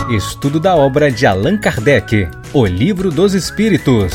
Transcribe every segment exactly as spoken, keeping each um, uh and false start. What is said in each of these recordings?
Estudo da obra de Allan Kardec, O Livro dos Espíritos.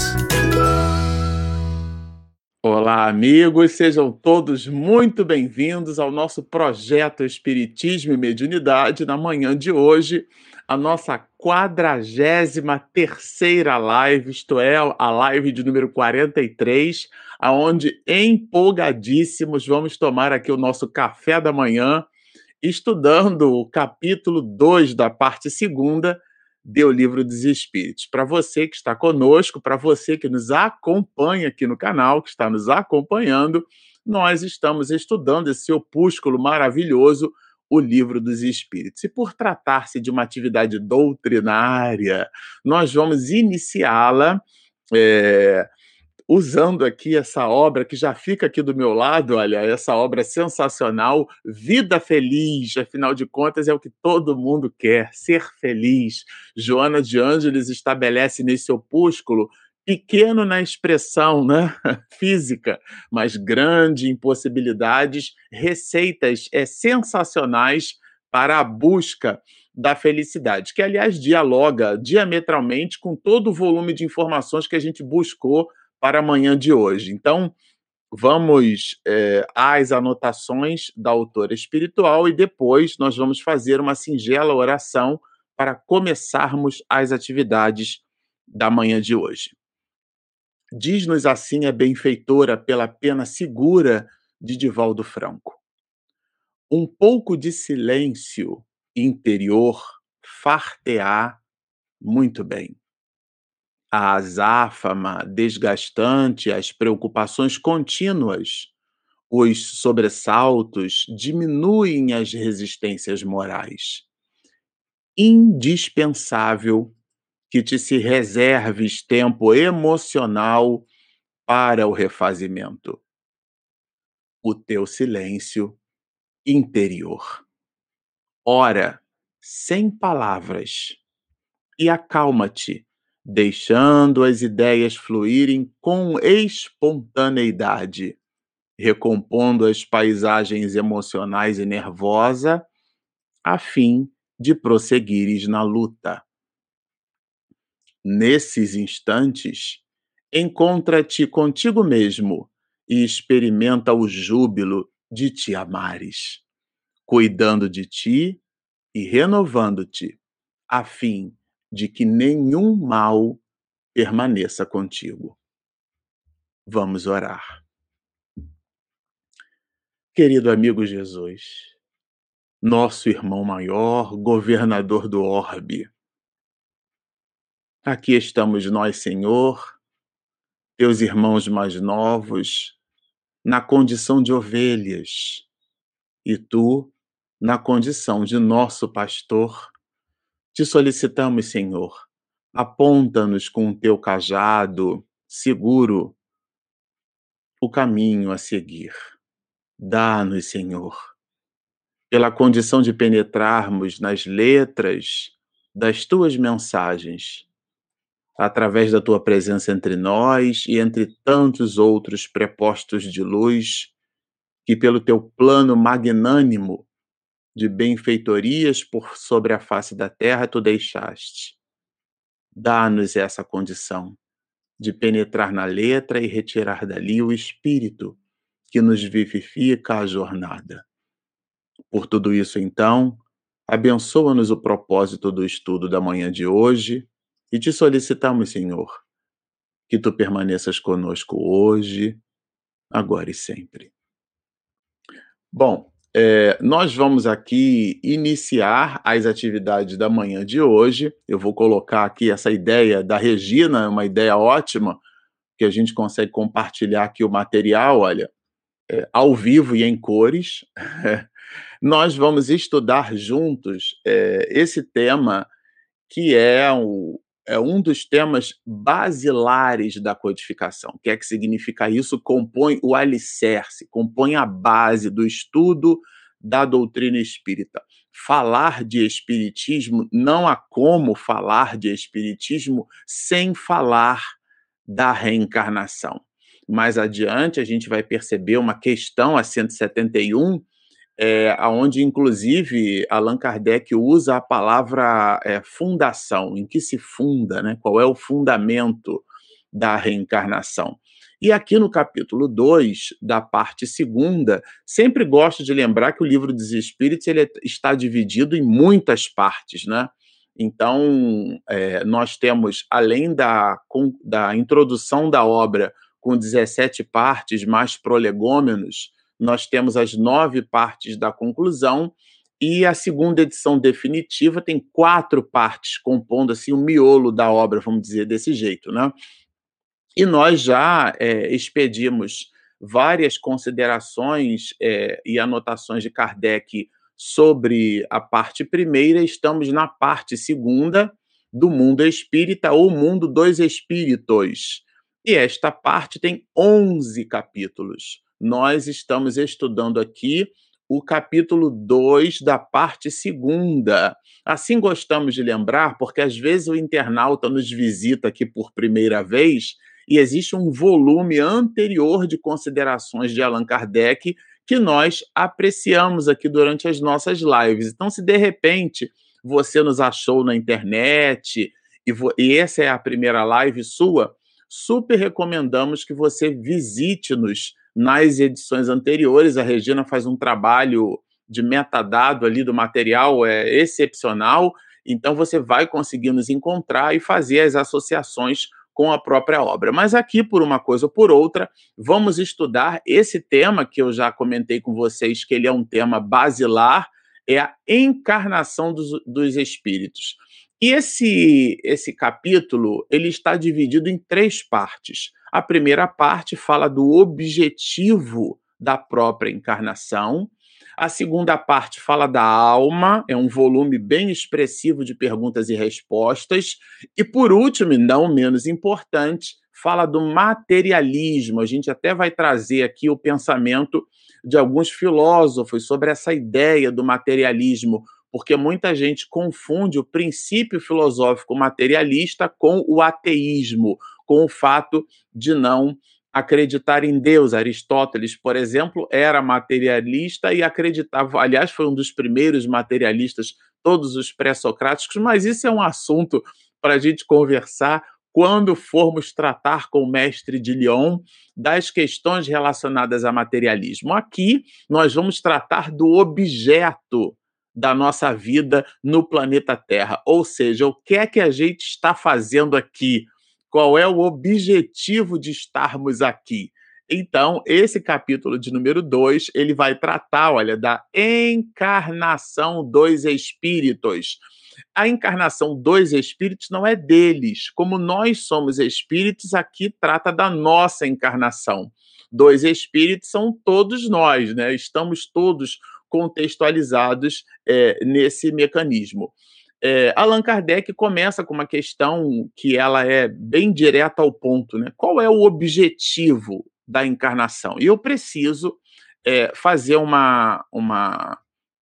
Olá, amigos, sejam todos muito bem-vindos ao nosso projeto Espiritismo e Mediunidade. Na manhã de hoje, a nossa quadragésima terceira live, isto é, a live de número quarenta e três, aonde empolgadíssimos vamos tomar aqui o nosso café da manhã, estudando o capítulo dois da parte segunda do Livro dos Espíritos. Para você que está conosco, para você que nos acompanha aqui no canal, que está nos acompanhando, nós estamos estudando esse opúsculo maravilhoso, o Livro dos Espíritos. E por tratar-se de uma atividade doutrinária, nós vamos iniciá-la é, usando aqui essa obra que já fica aqui do meu lado, olha, essa obra sensacional, Vida Feliz, afinal de contas é o que todo mundo quer, ser feliz. Joana de Ângeles estabelece nesse opúsculo, pequeno na expressão, né, física, mas grande em possibilidades, receitas é, sensacionais para a busca da felicidade, que aliás dialoga diametralmente com todo o volume de informações que a gente buscou para a manhã de hoje. Então, vamos é, às anotações da autora espiritual e depois nós vamos fazer uma singela oração para começarmos as atividades da manhã de hoje. Diz-nos assim a benfeitora pela pena segura de Divaldo Franco. Um pouco de silêncio interior far-te-á muito bem. A azáfama desgastante, as preocupações contínuas, os sobressaltos diminuem as resistências morais. Indispensável que te se reserves tempo emocional para o refazimento. O teu silêncio interior. Ora, sem palavras, e acalma-te, deixando as ideias fluírem com espontaneidade, recompondo as paisagens emocionais e nervosa, a fim de prosseguires na luta. Nesses instantes, encontra-te contigo mesmo e experimenta o júbilo de te amares, cuidando de ti e renovando-te, a fim de que nenhum mal permaneça contigo. Vamos orar. Querido amigo Jesus, nosso irmão maior, governador do orbe, aqui estamos nós, Senhor, teus irmãos mais novos, na condição de ovelhas, e tu, na condição de nosso pastor. Te solicitamos, Senhor, aponta-nos com o teu cajado seguro o caminho a seguir. Dá-nos, Senhor, pela condição de penetrarmos nas letras das tuas mensagens, através da tua presença entre nós e entre tantos outros prepostos de luz, que pelo teu plano magnânimo de benfeitorias por sobre a face da terra tu deixaste. Dá-nos essa condição de penetrar na letra e retirar dali o espírito que nos vivifica a jornada. Por tudo isso, então, abençoa-nos o propósito do estudo da manhã de hoje e te solicitamos, Senhor, que tu permaneças conosco hoje, agora e sempre. Bom, é, nós vamos aqui iniciar as atividades da manhã de hoje. Eu vou colocar aqui essa ideia da Regina, uma ideia ótima, que a gente consegue compartilhar aqui o material, olha, é, ao vivo e em cores. Nós vamos estudar juntos é, esse tema que é, o, é um dos temas basilares da codificação. O que é que significa isso? Compõe o alicerce, compõe a base do estudo da doutrina espírita. Falar de espiritismo, não há como falar de espiritismo sem falar da reencarnação. Mais adiante, a gente vai perceber uma questão, a cento e setenta e um, é, onde, inclusive, Allan Kardec usa a palavra é, fundação, em que se funda, né? Qual é o fundamento da reencarnação. E aqui no capítulo dois, da parte segunda, sempre gosto de lembrar que o Livro dos Espíritos ele está dividido em muitas partes, né? Então, é, nós temos, além da, com, da introdução da obra com dezessete partes, mais prolegômenos, nós temos as nove partes da conclusão, e a segunda edição definitiva tem quatro partes, compondo assim o miolo da obra, vamos dizer desse jeito, né? E nós já é, expedimos várias considerações é, e anotações de Kardec sobre a parte primeira, estamos na parte segunda do Mundo Espírita, ou Mundo dos Espíritos. E esta parte tem onze capítulos. Nós estamos estudando aqui o capítulo dois da parte segunda. Assim gostamos de lembrar, porque às vezes o internauta nos visita aqui por primeira vez e existe um volume anterior de considerações de Allan Kardec que nós apreciamos aqui durante as nossas lives. Então, se de repente você nos achou na internet e, e essa é a primeira live sua, super recomendamos que você visite-nos nas edições anteriores. A Regina faz um trabalho de metadado ali do material é excepcional, então você vai conseguir nos encontrar e fazer as associações com a própria obra. Mas aqui, por uma coisa ou por outra, vamos estudar esse tema que eu já comentei com vocês, que ele é um tema basilar, é a encarnação dos, dos espíritos. E esse, esse capítulo ele está dividido em três partes. A primeira parte fala do objetivo da própria encarnação. A segunda parte fala da alma, é um volume bem expressivo de perguntas e respostas. E, por último, e não menos importante, fala do materialismo. A gente até vai trazer aqui o pensamento de alguns filósofos sobre essa ideia do materialismo, porque muita gente confunde o princípio filosófico materialista com o ateísmo, com o fato de não acreditar em Deus. Aristóteles, por exemplo, era materialista e acreditava, aliás, foi um dos primeiros materialistas, todos os pré-socráticos, mas isso é um assunto para a gente conversar quando formos tratar com o mestre de Lyon das questões relacionadas a materialismo. Aqui nós vamos tratar do objeto da nossa vida no planeta Terra, ou seja, o que é que a gente está fazendo aqui? Qual é o objetivo de estarmos aqui? Então, esse capítulo de número dois, ele vai tratar, olha, da encarnação dos espíritos. A encarnação dos espíritos não é deles. Como nós somos espíritos, aqui trata da nossa encarnação. Dos espíritos são todos nós, né? Estamos todos contextualizados é, nesse mecanismo. É, Allan Kardec começa com uma questão que ela é bem direta ao ponto, né? Qual é o objetivo da encarnação? E eu preciso é, fazer uma, uma,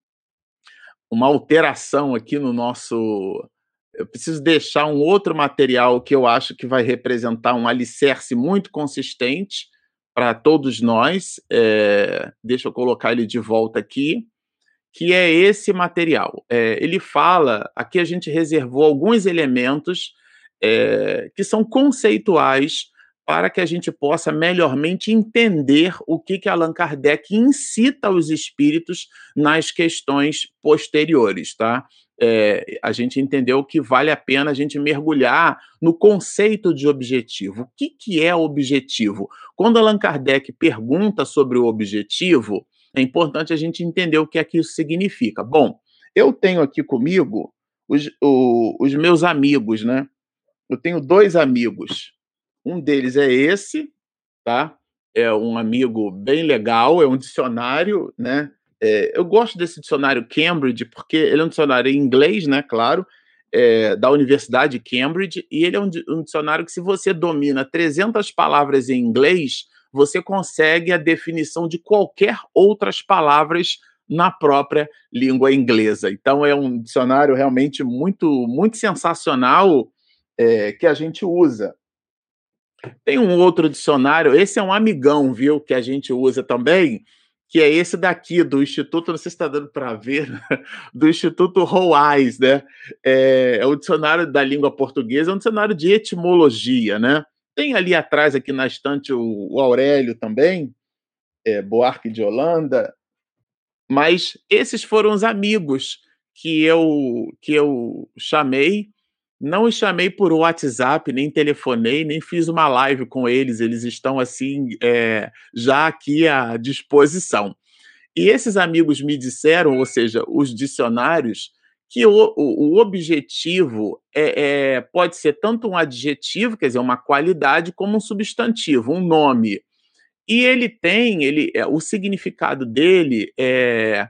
uma alteração aqui no nosso... Eu preciso deixar um outro material que eu acho que vai representar um alicerce muito consistente para todos nós. É, deixa eu colocar ele de volta aqui, que é esse material. É, ele fala, aqui a gente reservou alguns elementos é, que são conceituais para que a gente possa melhormente entender o que, que Allan Kardec incita os espíritos nas questões posteriores, tá? É, a gente entendeu que vale a pena a gente mergulhar no conceito de objetivo. O que, que é objetivo? Quando Allan Kardec pergunta sobre o objetivo, é importante a gente entender o que é que isso significa. Bom, eu tenho aqui comigo os, o, os meus amigos, né? Eu tenho dois amigos. Um deles é esse, tá? É um amigo bem legal, é um dicionário, né? É, eu gosto desse dicionário Cambridge, porque ele é um dicionário em inglês, né? Claro, é, da Universidade de Cambridge, e ele é um, um dicionário que, se você domina trezentas palavras em inglês, você consegue a definição de qualquer outras palavras na própria língua inglesa. Então, é um dicionário realmente muito, muito sensacional é, que a gente usa. Tem um outro dicionário, esse é um amigão, viu, que a gente usa também, que é esse daqui, do Instituto, não sei se está dando para ver, do Instituto Roais, né? É, é o dicionário da língua portuguesa, é um dicionário de etimologia, né? Tem ali atrás, aqui na estante, o, o Aurélio também, é, Buarque de Holanda, mas esses foram os amigos que eu, que eu chamei. Não os chamei por WhatsApp, nem telefonei, nem fiz uma live com eles, eles estão assim, é, já aqui à disposição. E esses amigos me disseram, ou seja, os dicionários, que o, o, o objetivo é, é, pode ser tanto um adjetivo, quer dizer, uma qualidade, como um substantivo, um nome. E ele tem, ele, é, o significado dele é,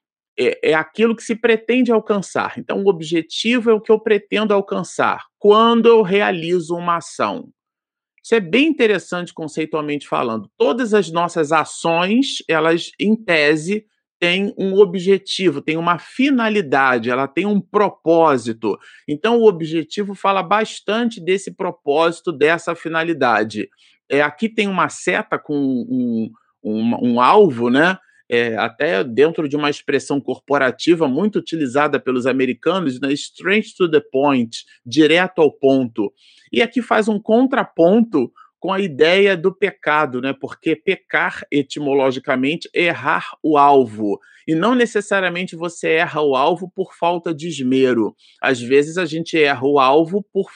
é, é aquilo que se pretende alcançar. Então, o objetivo é o que eu pretendo alcançar quando eu realizo uma ação. Isso é bem interessante conceitualmente falando. Todas as nossas ações, elas, em tese, têm um objetivo, têm uma finalidade, ela tem um propósito. Então, o objetivo fala bastante desse propósito, dessa finalidade. É, aqui tem uma seta com um, um, um alvo, né? É, até dentro de uma expressão corporativa muito utilizada pelos americanos, né? Straight to the point, direto ao ponto. E aqui faz um contraponto com a ideia do pecado, né? Porque pecar, etimologicamente, é errar o alvo. E não necessariamente você erra o alvo por falta de esmero. Às vezes a gente erra o alvo por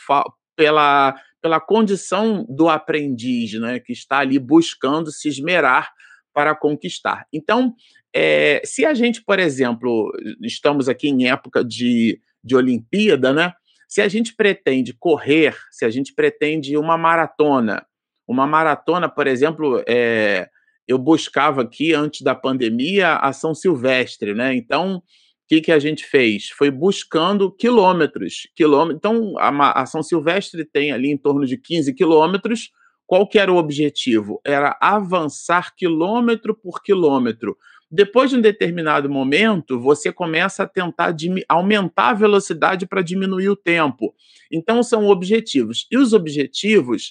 pela, pela condição do aprendiz, né? Que está ali buscando se esmerar para conquistar. Então, é, se a gente, por exemplo, estamos aqui em época de, de Olimpíada, né? Se a gente pretende correr, se a gente pretende uma maratona, uma maratona, por exemplo, é, eu buscava aqui, antes da pandemia, a São Silvestre, né? Então, o que, que a gente fez? Foi buscando quilômetros. quilômetros. Então, a, a São Silvestre tem ali em torno de quinze quilômetros. Qual que era o objetivo? Era avançar quilômetro por quilômetro. Depois de um determinado momento, você começa a tentar aumentar a velocidade para diminuir o tempo. Então, são objetivos. E os objetivos,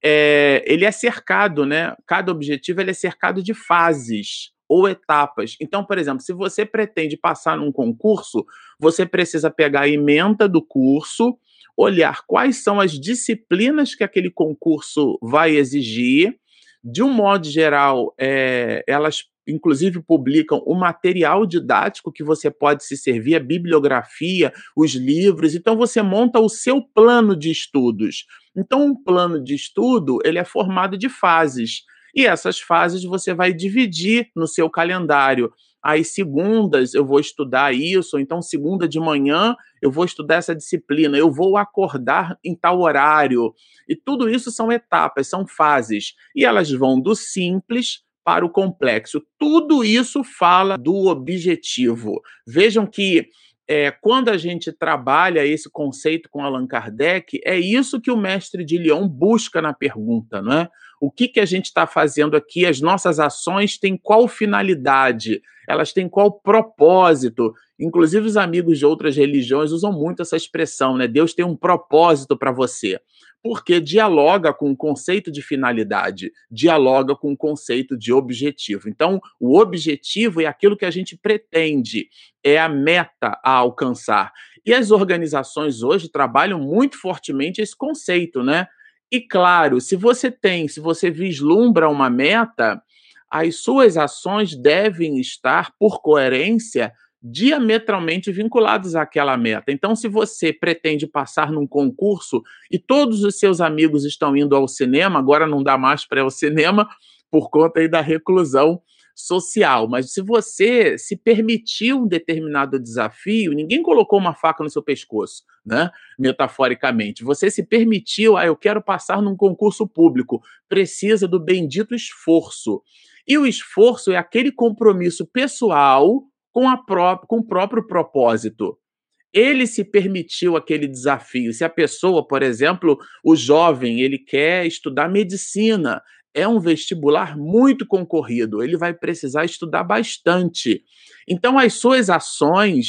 é, ele é cercado, né? Cada objetivo ele é cercado de fases ou etapas. Então, por exemplo, se você pretende passar num concurso, você precisa pegar a ementa do curso, olhar quais são as disciplinas que aquele concurso vai exigir. De um modo geral, é, elas inclusive publicam o material didático que você pode se servir, a bibliografia, os livros. Então, você monta o seu plano de estudos. Então, um plano de estudo ele é formado de fases. E essas fases você vai dividir no seu calendário. Às segundas eu vou estudar isso, ou então segunda de manhã eu vou estudar essa disciplina, eu vou acordar em tal horário. E tudo isso são etapas, são fases. E elas vão do simples para o complexo. Tudo isso fala do objetivo. Vejam que é, quando a gente trabalha esse conceito com Allan Kardec, é isso que o mestre de Lyon busca na pergunta, não é? O que, que a gente está fazendo aqui? As nossas ações têm qual finalidade? Elas têm qual propósito? Inclusive os amigos de outras religiões usam muito essa expressão, né? Deus tem um propósito para você. Porque dialoga com o conceito de finalidade, dialoga com o conceito de objetivo. Então, o objetivo é aquilo que a gente pretende, é a meta a alcançar. E as organizações hoje trabalham muito fortemente esse conceito, né? E claro, se você tem, se você vislumbra uma meta, as suas ações devem estar, por coerência, diametralmente vinculados àquela meta. Então, se você pretende passar num concurso e todos os seus amigos estão indo ao cinema, agora não dá mais para ir ao cinema por conta aí da reclusão social, mas se você se permitiu um determinado desafio, ninguém colocou uma faca no seu pescoço, né? Metaforicamente, você se permitiu, ah, eu quero passar num concurso público, precisa do bendito esforço. E o esforço é aquele compromisso pessoal com, a pró- com o próprio propósito. Ele se permitiu aquele desafio. Se a pessoa, por exemplo, o jovem, ele quer estudar medicina, é um vestibular muito concorrido, ele vai precisar estudar bastante. Então, as suas ações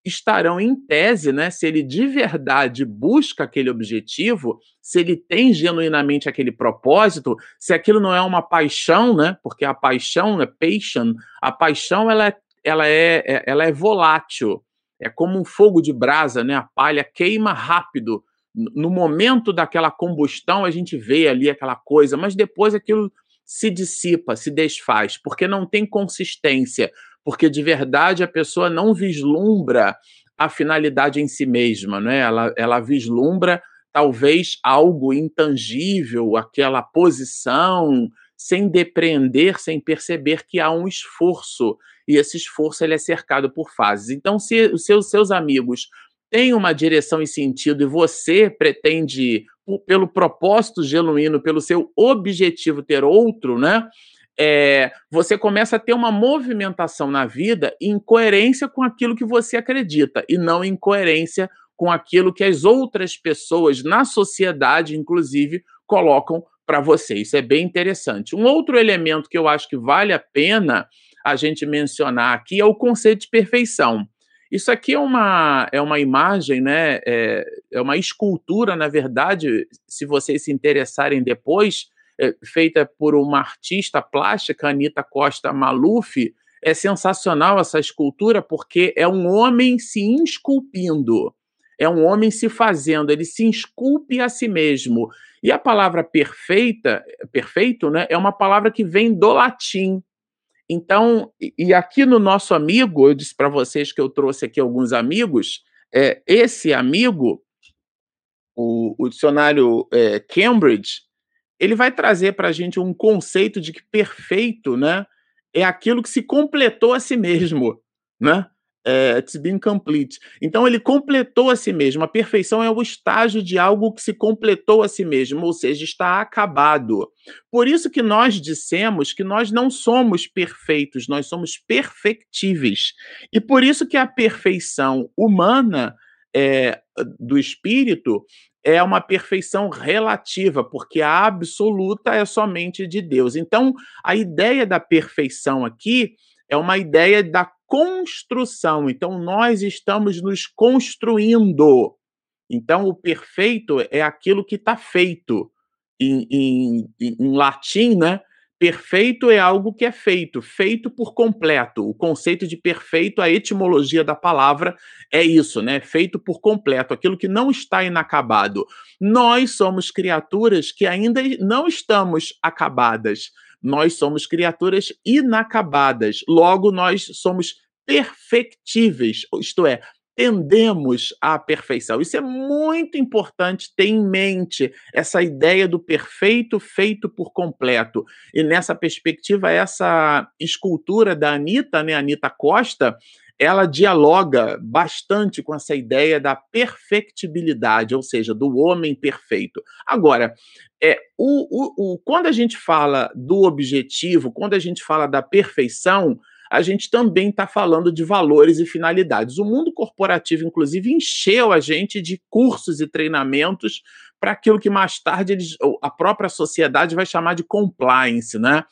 estarão em tese, né, se ele de verdade busca aquele objetivo, se ele tem genuinamente aquele propósito, se aquilo não é uma paixão, né, porque a paixão, né, passion, a paixão ela é, ela é, é- ela é volátil, é como um fogo de brasa, né, a palha queima rápido. N- No momento daquela combustão, a gente vê ali aquela coisa, mas depois aquilo se dissipa, se desfaz, porque não tem consistência, porque de verdade a pessoa não vislumbra a finalidade em si mesma, né? Ela, ela vislumbra talvez algo intangível, aquela posição, sem depreender, sem perceber que há um esforço, e esse esforço ele é cercado por fases. Então, se os seus, seus amigos têm uma direção e sentido e você pretende, po- pelo propósito genuíno, pelo seu objetivo ter outro, né? É, você começa a ter uma movimentação na vida em coerência com aquilo que você acredita e não em coerência com aquilo que as outras pessoas na sociedade, inclusive, colocam para você. Isso é bem interessante. Um outro elemento que eu acho que vale a pena a gente mencionar aqui é o conceito de perfeição. Isso aqui é uma, é uma imagem, né? É, é uma escultura, na verdade, se vocês se interessarem depois, é, feita por uma artista plástica, Anita Costa Maluf. É sensacional essa escultura porque é um homem se esculpindo, é um homem se fazendo, ele se esculpe a si mesmo. E a palavra perfeita, perfeito, né, é uma palavra que vem do latim. Então, e e aqui no nosso amigo, eu disse para vocês que eu trouxe aqui alguns amigos, é, esse amigo, o, o dicionário é, Cambridge, ele vai trazer para a gente um conceito de que perfeito, né, é aquilo que se completou a si mesmo, né? É, to be complete. Então ele completou a si mesmo. A perfeição é o estágio de algo que se completou a si mesmo, ou seja, está acabado. Por isso que nós dissemos que nós não somos perfeitos, nós somos perfectíveis. E por isso que a perfeição humana é, do espírito é uma perfeição relativa, porque a absoluta é somente de Deus. Então, a ideia da perfeição aqui é uma ideia da construção. Então, nós estamos nos construindo. Então, o perfeito é aquilo que está feito. Em, em, em latim, né? Perfeito é algo que é feito, feito por completo. O conceito de perfeito, a etimologia da palavra é isso, né? Feito por completo, aquilo que não está inacabado. Nós somos criaturas que ainda não estamos acabadas. Nós somos criaturas inacabadas. Logo, nós somos perfectíveis, isto é, tendemos à perfeição. Isso é muito importante ter em mente, essa ideia do perfeito feito por completo. E nessa perspectiva, essa escultura da Anita, né, Anita Costa, ela dialoga bastante com essa ideia da perfectibilidade, ou seja, do homem perfeito. Agora, é, o, o, o, quando a gente fala do objetivo, quando a gente fala da perfeição, a gente também está falando de valores e finalidades. O mundo corporativo, inclusive, encheu a gente de cursos e treinamentos para aquilo que mais tarde eles, a própria sociedade vai chamar de compliance, né?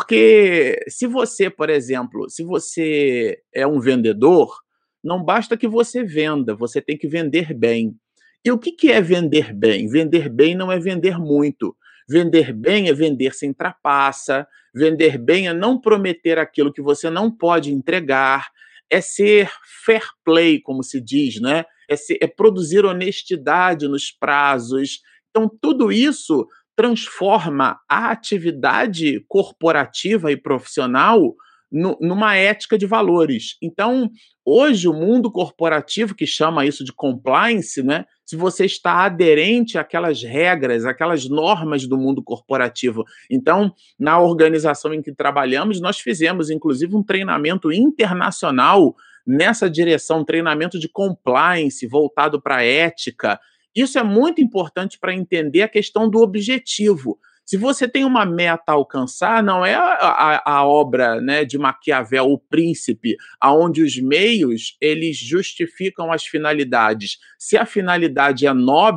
Porque se você, por exemplo, se você é um vendedor, não basta que você venda, você tem que vender bem. E o que que é vender bem? Vender bem não é vender muito. Vender bem é vender sem trapaça, vender bem é não prometer aquilo que você não pode entregar, é ser fair play, como se diz, né? É, ser, é produzir honestidade nos prazos. Então, tudo isso transforma a atividade corporativa e profissional nu- numa ética de valores. Então, hoje, o mundo corporativo, que chama isso de compliance, né? Se você está aderente àquelas regras, àquelas normas do mundo corporativo. Então, na organização em que trabalhamos, nós fizemos, inclusive, um treinamento internacional nessa direção, um treinamento de compliance voltado para a ética. Isso é muito importante para entender a questão do objetivo. Se você tem uma meta a alcançar, não é a, a, a obra, né, de Maquiavel, O Príncipe, aonde os meios eles justificam as finalidades. Se a finalidade é nobre,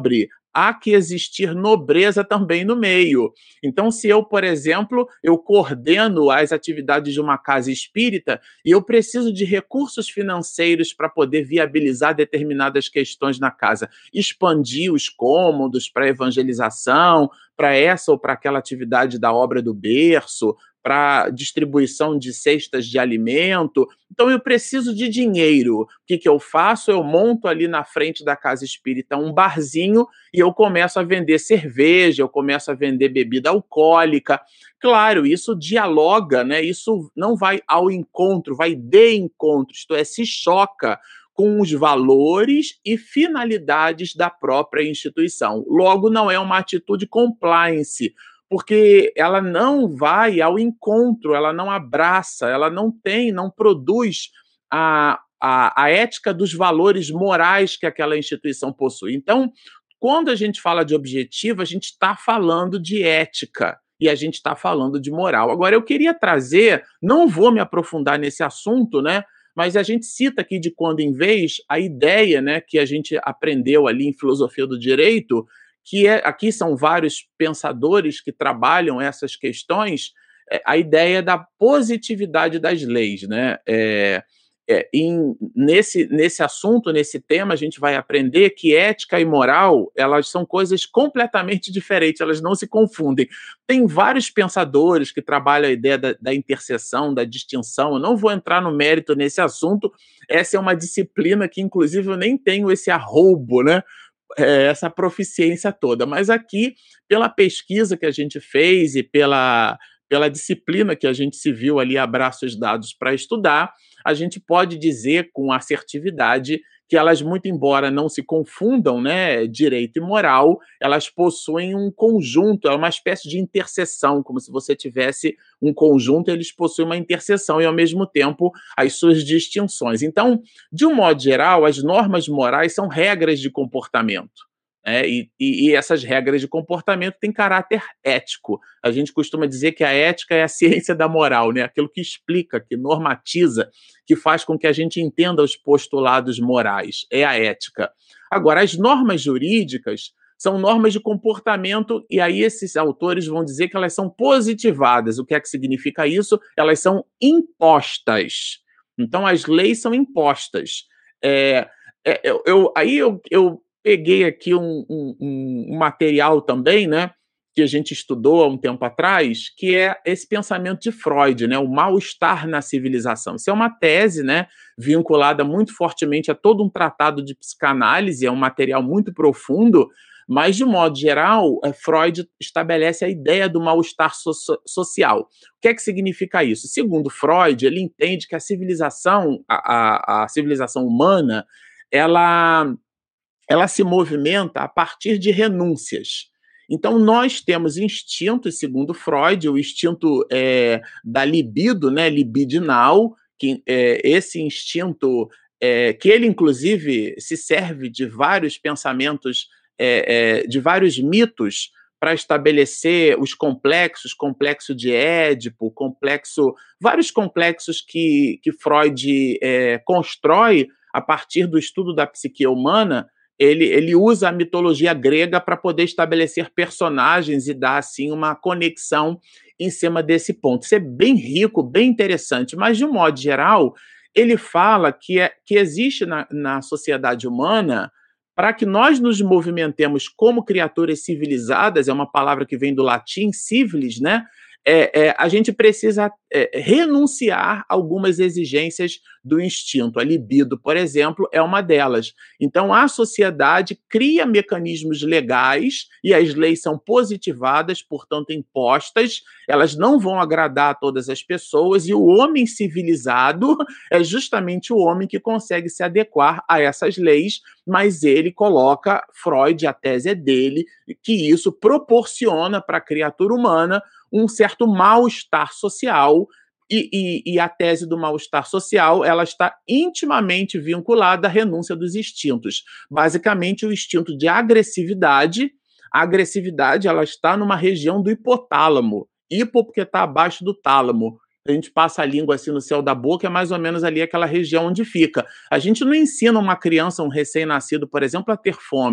há que existir nobreza também no meio. Então, se eu, por exemplo, eu coordeno as atividades de uma casa espírita e eu preciso de recursos financeiros para poder viabilizar determinadas questões na casa, expandir os cômodos para evangelização, para essa ou para aquela atividade da obra do berço, para distribuição de cestas de alimento. Então, eu preciso de dinheiro. O que, que eu faço? Eu monto ali na frente da casa espírita um barzinho e eu começo a vender cerveja, eu começo a vender bebida alcoólica. Claro, isso dialoga, né? Isso não vai ao encontro, vai de encontro, isto é, se choca com os valores e finalidades da própria instituição. Logo, não é uma atitude compliance, porque ela não vai ao encontro, ela não abraça, ela não tem, não produz a, a, a ética dos valores morais que aquela instituição possui. Então, quando a gente fala de objetivo, a gente está falando de ética e a gente está falando de moral. Agora, eu queria trazer, não vou me aprofundar nesse assunto, né? Mas a gente cita aqui de quando em vez a ideia, né, que a gente aprendeu ali em filosofia do direito, que é, aqui são vários pensadores que trabalham essas questões, é, a ideia da positividade das leis, né? É, é, em, nesse, nesse assunto, nesse tema, a gente vai aprender que ética e moral, elas são coisas completamente diferentes, elas não se confundem. Tem vários pensadores que trabalham a ideia da, da interseção, da distinção. Eu não vou entrar no mérito nesse assunto, essa é uma disciplina que, inclusive, eu nem tenho esse arroubo, né? É, essa proficiência toda. Mas aqui, pela pesquisa que a gente fez e pela, pela disciplina que a gente se viu ali a braços dados para estudar, a gente pode dizer com assertividade que elas, muito embora não se confundam, né, direito e moral, elas possuem um conjunto, é uma espécie de interseção, como se você tivesse um conjunto, eles possuem uma interseção e, ao mesmo tempo, as suas distinções. Então, de um modo geral, as normas morais são regras de comportamento. Né? E, e, e essas regras de comportamento têm caráter ético. A gente costuma dizer que a ética é a ciência da moral, né? Aquilo que explica, que normatiza, que faz com que a gente entenda os postulados morais. É a ética. Agora, as normas jurídicas são normas de comportamento, e aí esses autores vão dizer que elas são positivadas. O que é que significa isso? Elas são impostas. Então, as leis são impostas. É, é, eu, eu, aí eu, eu peguei aqui um, um, um material também, né, que a gente estudou há um tempo atrás, que é esse pensamento de Freud, né, o mal-estar na civilização. Isso é uma tese, né, vinculada muito fortemente a todo um tratado de psicanálise, é um material muito profundo, mas, de modo geral, Freud estabelece a ideia do mal-estar so social. O que é que significa isso? Segundo Freud, ele entende que a civilização, a, a, a civilização humana, ela, ela se movimenta a partir de renúncias. Então, nós temos instintos, segundo Freud, o instinto é, da libido, né, libidinal, que é, esse instinto, é, que ele, inclusive, se serve de vários pensamentos, É, é, de vários mitos para estabelecer os complexos, complexo de Édipo, complexo, vários complexos que, que Freud é, constrói a partir do estudo da psique humana. Ele, ele usa a mitologia grega para poder estabelecer personagens e dar, assim, uma conexão em cima desse ponto. Isso é bem rico, bem interessante, mas, de um modo geral, ele fala que, é, que existe na, na sociedade humana, para que nós nos movimentemos como criaturas civilizadas, é uma palavra que vem do latim, civilis, né? É, é, a gente precisa é, renunciar a algumas exigências do instinto. A libido, por exemplo, é uma delas. Então, a sociedade cria mecanismos legais e as leis são positivadas, portanto, impostas. Elas não vão agradar a todas as pessoas e o homem civilizado é justamente o homem que consegue se adequar a essas leis, mas ele coloca, Freud, a tese é dele, que isso proporciona para a criatura humana um certo mal-estar social, e, e, e a tese do mal-estar social, ela está intimamente vinculada à renúncia dos instintos. Basicamente, o instinto de agressividade, a agressividade, ela está numa região do hipotálamo, hipo porque está abaixo do tálamo. A gente passa a língua assim no céu da boca, é mais ou menos ali aquela região onde fica. A gente não ensina uma criança, um recém-nascido, por exemplo, a ter fome.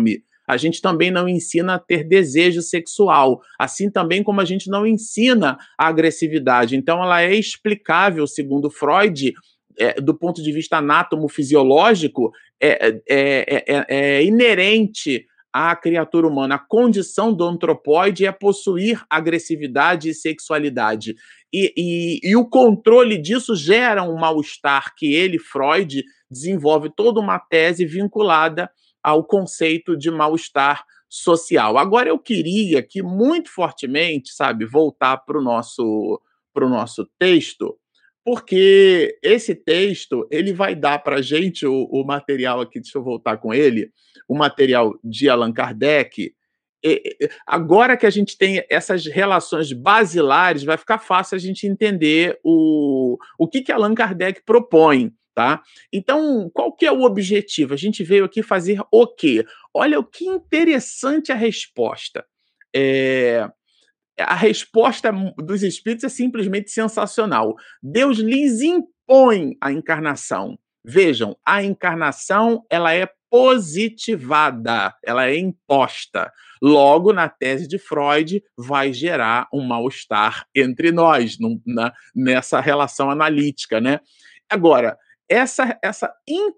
A gente também não ensina a ter desejo sexual, assim também como a gente não ensina a agressividade. Então, ela é explicável, segundo Freud, é, do ponto de vista anátomo-fisiológico, é, é, é, é, é inerente à criatura humana. A condição do antropóide é possuir agressividade e sexualidade. E, e, e o controle disso gera um mal-estar que ele, Freud, desenvolve toda uma tese vinculada ao conceito de mal-estar social. Agora, eu queria que, muito fortemente, sabe, voltar para o nosso, pro nosso texto, porque esse texto ele vai dar para a gente o, o material aqui, deixa eu voltar com ele, o material de Allan Kardec. E, e, agora que a gente tem essas relações basilares, vai ficar fácil a gente entender o, o que, que Allan Kardec propõe. Tá? Então, qual que é o objetivo? A gente veio aqui fazer o quê? Olha o que interessante a resposta. É... A resposta dos espíritos é simplesmente sensacional. Deus lhes impõe a encarnação. Vejam, a encarnação ela é positivada, ela é imposta. Logo, na tese de Freud, vai gerar um mal-estar entre nós, num, na, nessa relação analítica, né? Agora, essa, essa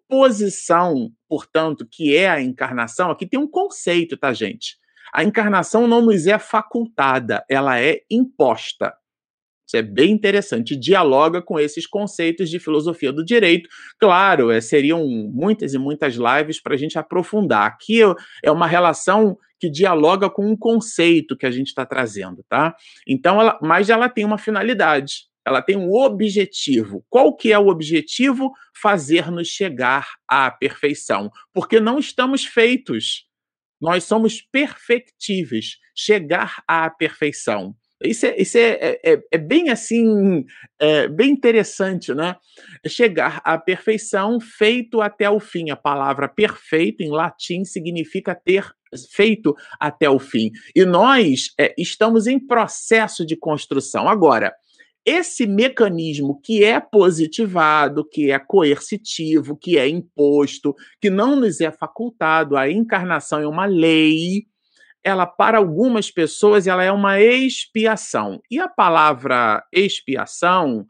imposição, portanto, que é a encarnação, aqui tem um conceito, tá, gente? A encarnação não nos é facultada, ela é imposta. Isso é bem interessante, dialoga com esses conceitos de filosofia do direito. Claro, é, seriam muitas e muitas lives para a gente aprofundar. Aqui é uma relação que dialoga com um conceito que a gente está trazendo, tá? Então, ela, mas ela tem uma finalidade, ela tem um objetivo. Qual que é o objetivo? Fazer-nos chegar à perfeição, porque não estamos feitos. Nós somos perfectíveis, chegar à perfeição. Isso é, isso é, é, é bem assim, é bem interessante, né? Chegar à perfeição, feito até o fim. A palavra perfeito, em latim, significa ter feito até o fim. E nós é, estamos em processo de construção. Agora, esse mecanismo que é positivado, que é coercitivo, que é imposto, que não nos é facultado, a encarnação é uma lei, ela, para algumas pessoas, ela é uma expiação. E a palavra expiação,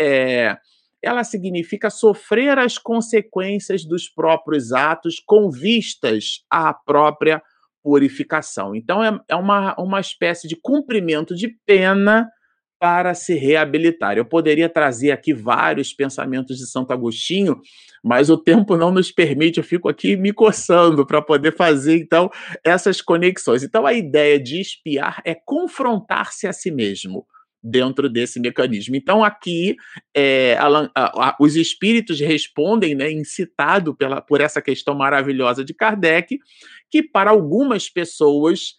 é, ela significa sofrer as consequências dos próprios atos com vistas à própria purificação. Então, é, é uma, uma espécie de cumprimento de pena para se reabilitar. Eu poderia trazer aqui vários pensamentos de Santo Agostinho, mas o tempo não nos permite, eu fico aqui me coçando para poder fazer, então, essas conexões. Então, a ideia de expiar é confrontar-se a si mesmo dentro desse mecanismo. Então, aqui, é, a, a, a, os espíritos respondem, né, incitado pela, por essa questão maravilhosa de Kardec, que para algumas pessoas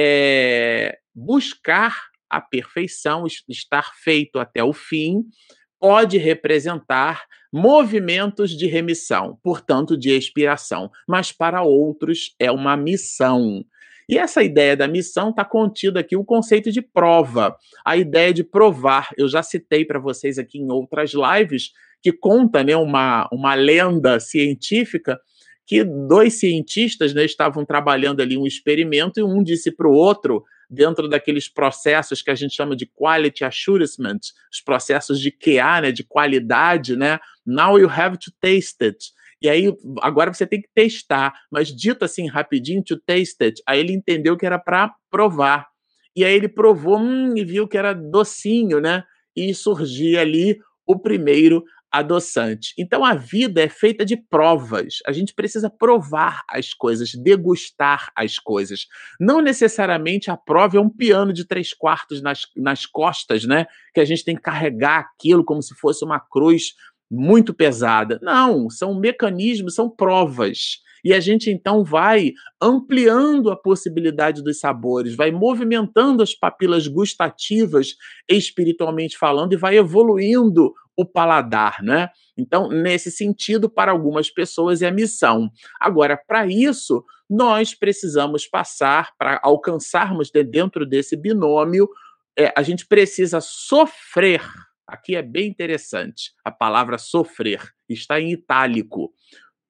é, buscar a perfeição, estar feito até o fim, pode representar movimentos de remissão, portanto, de expiação, mas para outros é uma missão. E essa ideia da missão está contida aqui o conceito de prova, a ideia de provar. Eu já citei para vocês aqui em outras lives, que conta, né, uma, uma lenda científica, que dois cientistas, né, estavam trabalhando ali um experimento e um disse para o outro, dentro daqueles processos que a gente chama de quality assurance, os processos de Q A, né, de qualidade, né? Now you have to taste it. E aí, agora você tem que testar, mas dito assim rapidinho, to taste it, aí ele entendeu que era para provar. E aí ele provou hum, e viu que era docinho, né? E surgia ali o primeiro adoçante. Então a vida é feita de provas. A gente precisa provar as coisas, degustar as coisas. Não necessariamente a prova é um piano de três quartos nas, nas costas, né? Que a gente tem que carregar aquilo como se fosse uma cruz muito pesada. Não, são mecanismos, são provas. E a gente, então, vai ampliando a possibilidade dos sabores, vai movimentando as papilas gustativas, espiritualmente falando, e vai evoluindo o paladar, né? Então, nesse sentido, para algumas pessoas é a missão. Agora, para isso, nós precisamos passar, para alcançarmos dentro desse binômio, é, a gente precisa sofrer. Aqui é bem interessante, a palavra sofrer está em itálico.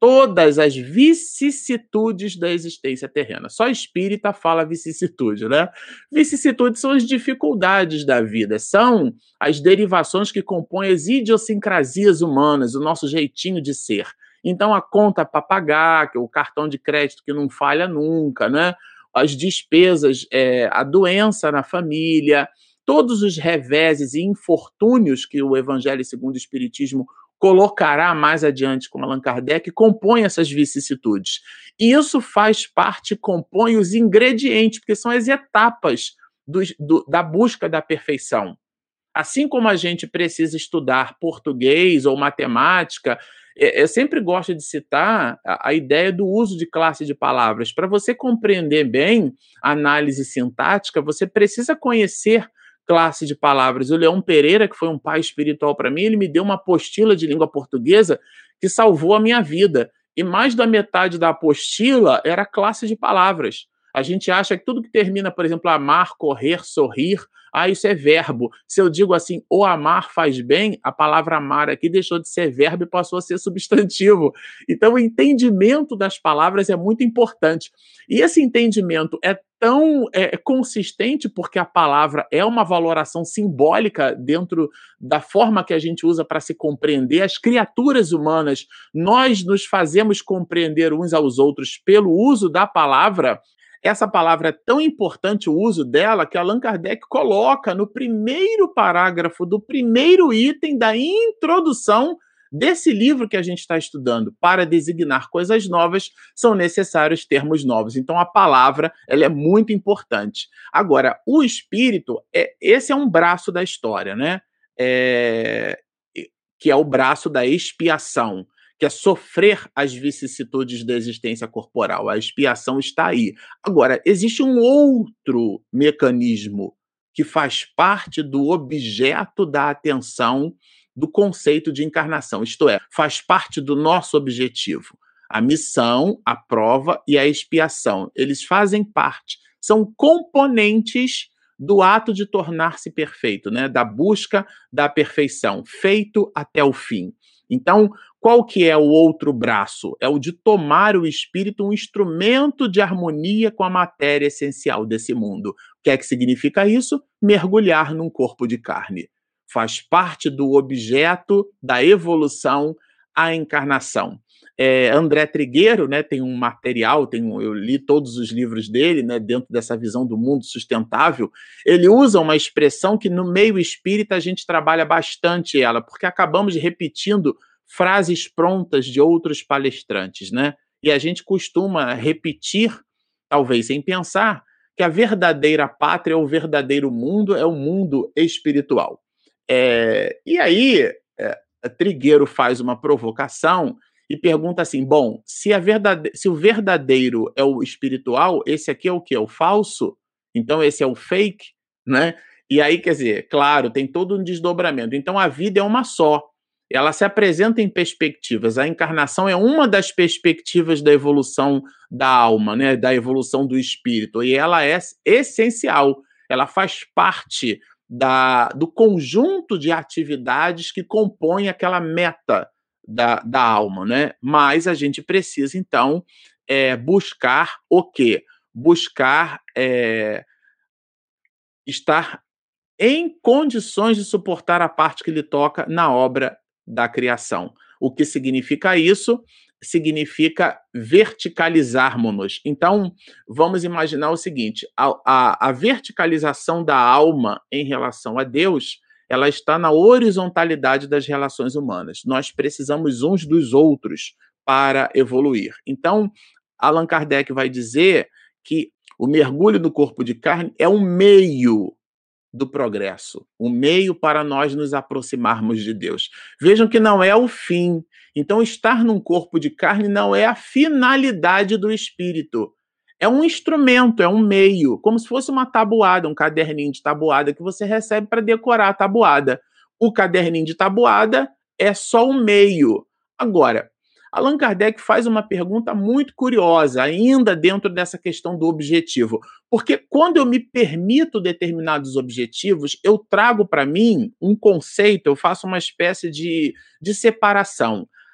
todas as vicissitudes da existência terrena. Só espírita fala vicissitude, né? Vicissitudes são as dificuldades da vida, são as derivações que compõem as idiosincrasias humanas, o nosso jeitinho de ser. Então, a conta para pagar, o cartão de crédito que não falha nunca, né? As despesas, é, a doença na família, todos os reveses e infortúnios que o Evangelho segundo o Espiritismo colocará mais adiante com Allan Kardec, compõem essas vicissitudes. E isso faz parte, compõe os ingredientes, porque são as etapas do, do, da busca da perfeição. Assim como a gente precisa estudar português ou matemática, eu sempre gosto de citar a, a ideia do uso de classe de palavras. Para você compreender bem a análise sintática, você precisa conhecer classe de palavras. O Leão Pereira, que foi um pai espiritual para mim, ele me deu uma apostila de língua portuguesa que salvou a minha vida. E mais da metade da apostila era classe de palavras. A gente acha que tudo que termina, por exemplo, amar, correr, sorrir, ah, isso é verbo. Se eu digo assim, o amar faz bem, a palavra amar aqui deixou de ser verbo e passou a ser substantivo. Então, o entendimento das palavras é muito importante. E esse entendimento é tão é, consistente porque a palavra é uma valoração simbólica dentro da forma que a gente usa para se compreender. As criaturas humanas, nós nos fazemos compreender uns aos outros pelo uso da palavra. Essa palavra é tão importante, o uso dela, que Allan Kardec coloca no primeiro parágrafo do primeiro item da introdução desse livro que a gente está estudando. Para designar coisas novas, são necessários termos novos. Então, a palavra ela é muito importante. Agora, o espírito, é, esse é um braço da história, né? É, que é o braço da expiação, que é sofrer as vicissitudes da existência corporal. A expiação está aí. Agora, existe um outro mecanismo que faz parte do objeto da atenção do conceito de encarnação, isto é, faz parte do nosso objetivo. A missão, a prova e a expiação, eles fazem parte, são componentes do ato de tornar-se perfeito, né? Da busca da perfeição, feito até o fim. Então, qual que é o outro braço? É o de tomar o espírito um instrumento de harmonia com a matéria essencial desse mundo. O que é que significa isso? Mergulhar num corpo de carne. Faz parte do objeto da evolução a encarnação. É, André Trigueiro, né, tem um material, tem um, eu li todos os livros dele, né, dentro dessa visão do mundo sustentável. Ele usa uma expressão que no meio espírita a gente trabalha bastante ela, porque acabamos repetindo frases prontas de outros palestrantes, né? E a gente costuma repetir, talvez sem pensar, que a verdadeira pátria, o verdadeiro mundo é o mundo espiritual. É, e aí, é, Trigueiro faz uma provocação e pergunta assim, bom, se, a verdade... se o verdadeiro é o espiritual, esse aqui é o quê? O falso? Então esse é o fake, né? E aí, quer dizer, claro, tem todo um desdobramento. Então a vida é uma só. Ela se apresenta em perspectivas. A encarnação é uma das perspectivas da evolução da alma, né? Da evolução do espírito. E ela é essencial. Ela faz parte da... do conjunto de atividades que compõem aquela meta Da, da alma, né? Mas a gente precisa, então, é, buscar o quê? Buscar é, estar em condições de suportar a parte que lhe toca na obra da criação. O que significa isso? Significa verticalizarmos-nos. Então, vamos imaginar o seguinte, a, a, a verticalização da alma em relação a Deus, ela está na horizontalidade das relações humanas. Nós precisamos uns dos outros para evoluir. Então, Allan Kardec vai dizer que o mergulho no corpo de carne é um meio do progresso, um meio para nós nos aproximarmos de Deus. Vejam que não é o fim. Então, estar num corpo de carne não é a finalidade do espírito. É um instrumento, é um meio, como se fosse uma tabuada, um caderninho de tabuada que você recebe para decorar a tabuada. O caderninho de tabuada é só um meio. Agora, Allan Kardec faz uma pergunta muito curiosa, ainda dentro dessa questão do objetivo. Porque quando eu me permito determinados objetivos, eu trago para mim um conceito, eu faço uma espécie de, de separação.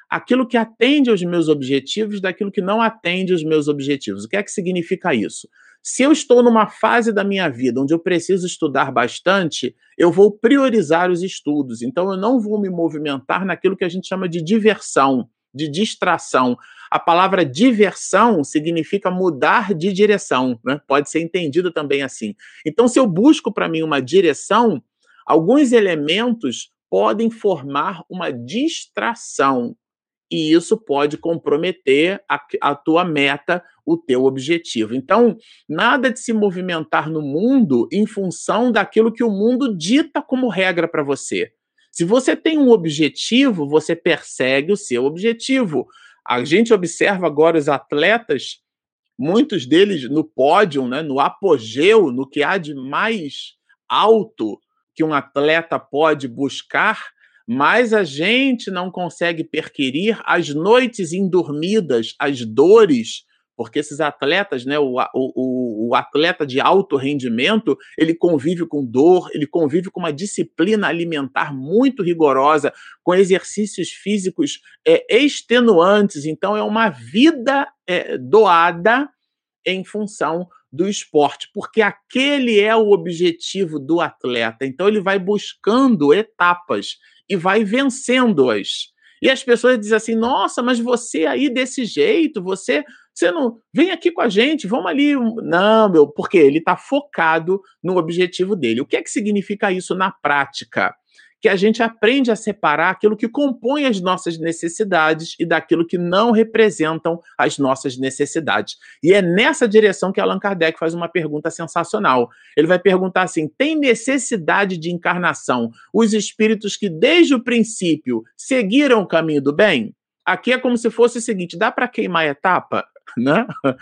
aquilo que atende aos meus objetivos daquilo que não atende aos meus objetivos. O que é que significa isso? Se eu estou numa fase da minha vida onde eu preciso estudar bastante, eu vou priorizar os estudos. Então, eu não vou me movimentar naquilo que a gente chama de diversão, de distração. A palavra diversão significa mudar de direção, né? Pode ser entendida também assim. Então, se eu busco para mim uma direção, alguns elementos podem formar uma distração. E isso pode comprometer a, a tua meta, o teu objetivo. Então, nada de se movimentar no mundo em função daquilo que o mundo dita como regra para você. Se você tem um objetivo, você persegue o seu objetivo. A gente observa agora os atletas, muitos deles no pódio, né, no apogeu, no que há de mais alto que um atleta pode buscar, mas a gente não consegue perquirir as noites indormidas, as dores, porque esses atletas, né, o, o, o atleta de alto rendimento, ele convive com dor, ele convive com uma disciplina alimentar muito rigorosa, com exercícios físicos é, extenuantes, então é uma vida é, doada em função do esporte, porque aquele é o objetivo do atleta, então ele vai buscando etapas e vai vencendo-as. E as pessoas dizem assim, nossa, mas você aí desse jeito, você, você não... Vem aqui com a gente, vamos ali... Não, meu, porque ele está focado no objetivo dele. O que é que significa isso na prática? Que a gente aprende a separar aquilo que compõe as nossas necessidades e daquilo que não representam as nossas necessidades. E é nessa direção que Allan Kardec faz uma pergunta sensacional. Ele vai perguntar assim, tem necessidade de encarnação os espíritos que desde o princípio seguiram o caminho do bem? Aqui é como se fosse o seguinte, dá para queimar a etapa? Né?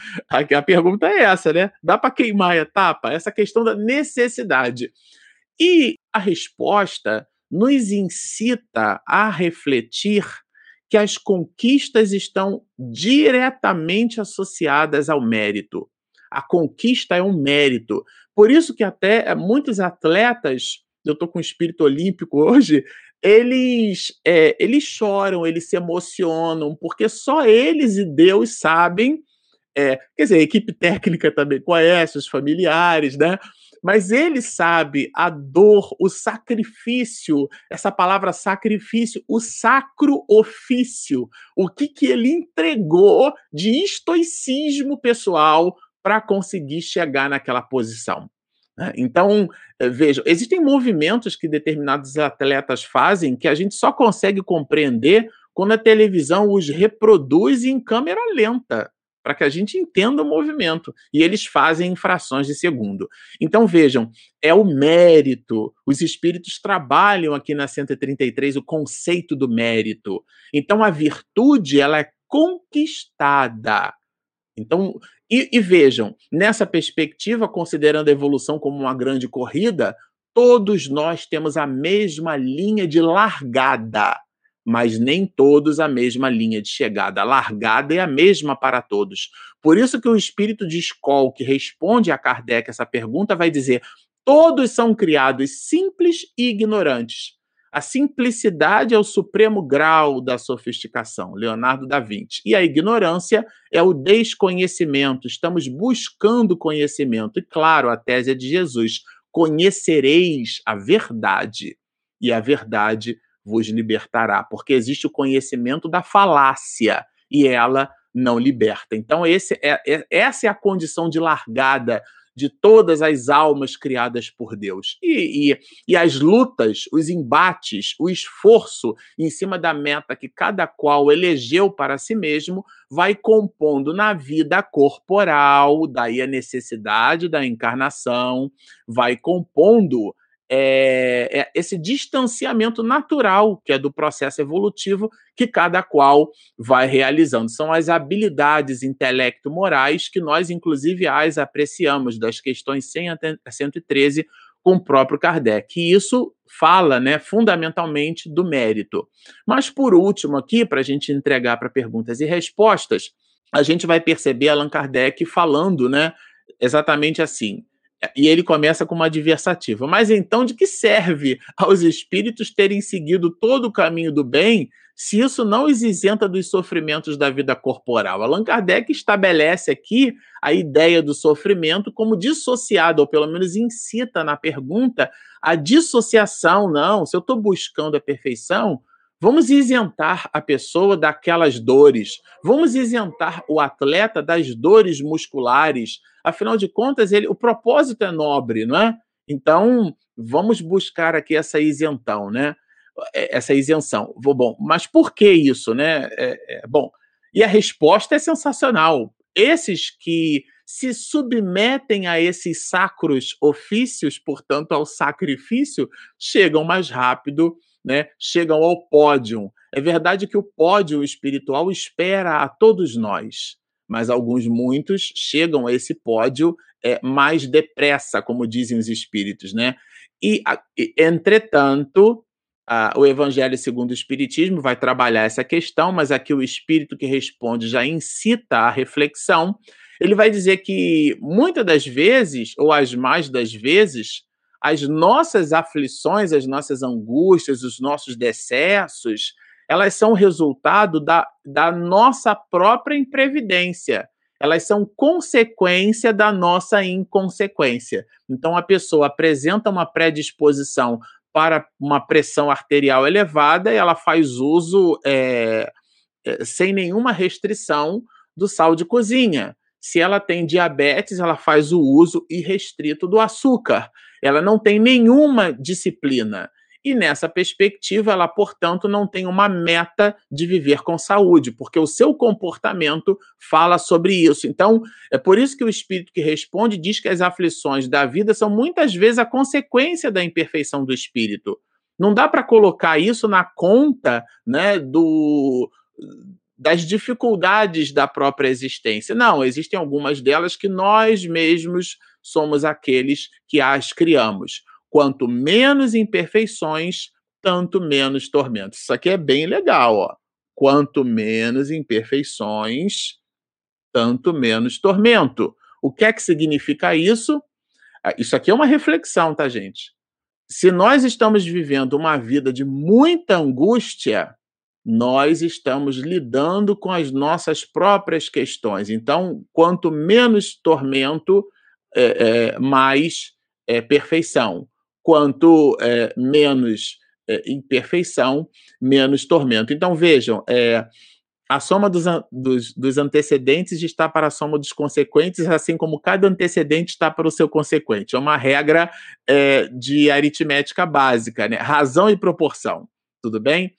A pergunta é essa, né? Dá para queimar a etapa? Essa questão da necessidade. E a resposta nos incita a refletir que as conquistas estão diretamente associadas ao mérito. A conquista é um mérito. Por isso que até muitos atletas, eu estou com o espírito olímpico hoje, eles, é, eles choram, eles se emocionam, porque só eles e Deus sabem, é, quer dizer, a equipe técnica também conhece, os familiares, né? Mas ele sabe a dor, o sacrifício, essa palavra sacrifício, o sacro ofício, o que, que ele entregou de estoicismo pessoal para conseguir chegar naquela posição. Então, vejam, existem movimentos que determinados atletas fazem que a gente só consegue compreender quando a televisão os reproduz em câmera lenta, para que a gente entenda o movimento. E eles fazem em frações de segundo. Então, vejam, é o mérito. Os espíritos trabalham aqui na cento e trinta e três o conceito do mérito. Então, a virtude, ela é conquistada. Então, e, e vejam, nessa perspectiva, considerando a evolução como uma grande corrida, todos nós temos a mesma linha de largada, mas nem todos a mesma linha de chegada. A largada é a mesma para todos. Por isso que o espírito de Skoll, que responde a Kardec essa pergunta, vai dizer: todos são criados simples e ignorantes. A simplicidade é o supremo grau da sofisticação, Leonardo da Vinci. E a ignorância é o desconhecimento. Estamos buscando conhecimento. E claro, a tese é de Jesus: conhecereis a verdade, e a verdade vos libertará, porque existe o conhecimento da falácia e ela não liberta. Então, esse é, é, essa é a condição de largada de todas as almas criadas por Deus. E, e, e as lutas, os embates, o esforço em cima da meta que cada qual elegeu para si mesmo vai compondo na vida corporal, daí a necessidade da encarnação, vai compondo É, é esse distanciamento natural, que é do processo evolutivo, que cada qual vai realizando. São as habilidades intelecto-morais que nós, inclusive, as apreciamos, das questões cem a cento e treze, com o próprio Kardec. E isso fala, né, fundamentalmente do mérito. Mas, por último, aqui, para a gente entregar para perguntas e respostas, a gente vai perceber Allan Kardec falando, né, exatamente assim: E ele começa com uma adversativa. Mas então de que serve aos espíritos terem seguido todo o caminho do bem se isso não os isenta dos sofrimentos da vida corporal? Allan Kardec estabelece aqui a ideia do sofrimento como dissociado, ou pelo menos incita na pergunta a dissociação. Não, se eu estou buscando a perfeição, vamos isentar a pessoa daquelas dores, vamos isentar o atleta das dores musculares. Afinal de contas, ele, o propósito é nobre, não é? Então, vamos buscar aqui essa isentão, né? Essa isenção. Bom, mas por que isso, né? É, é, bom, e a resposta é sensacional. Esses que se submetem a esses sacros ofícios, portanto, ao sacrifício, chegam mais rápido, né? Chegam ao pódio. É verdade que o pódio espiritual espera a todos nós, mas alguns, muitos, chegam a esse pódio é, mais depressa, como dizem os espíritos, né? E, entretanto, ah, o Evangelho segundo o Espiritismo vai trabalhar essa questão, mas aqui o espírito que responde já incita a reflexão. Ele vai dizer que, muitas das vezes, ou as mais das vezes, as nossas aflições, as nossas angústias, os nossos decessos, elas são resultado da, da nossa própria imprevidência. Elas são consequência da nossa inconsequência. Então, a pessoa apresenta uma predisposição para uma pressão arterial elevada e ela faz uso, é, é, sem nenhuma restrição, do sal de cozinha. Se ela tem diabetes, ela faz o uso irrestrito do açúcar. Ela não tem nenhuma disciplina. E nessa perspectiva, ela, portanto, não tem uma meta de viver com saúde, porque o seu comportamento fala sobre isso. Então, é por isso que o espírito que responde diz que as aflições da vida são muitas vezes a consequência da imperfeição do espírito. Não dá para colocar isso na conta, né, do, das dificuldades da própria existência. Não, existem algumas delas que nós mesmos somos aqueles que as criamos. Quanto menos imperfeições, tanto menos tormentos. Isso aqui é bem legal, ó. Quanto menos imperfeições, tanto menos tormento. O que é que significa isso? Isso aqui é uma reflexão, tá, gente? Se nós estamos vivendo uma vida de muita angústia, nós estamos lidando com as nossas próprias questões. Então, quanto menos tormento, é, é, mais é, perfeição. Quanto é, menos é, imperfeição, menos tormento. Então, vejam, é, a soma dos, dos, dos antecedentes está para a soma dos consequentes, assim como cada antecedente está para o seu consequente. É uma regra é, de aritmética básica, né? Razão e proporção, tudo bem?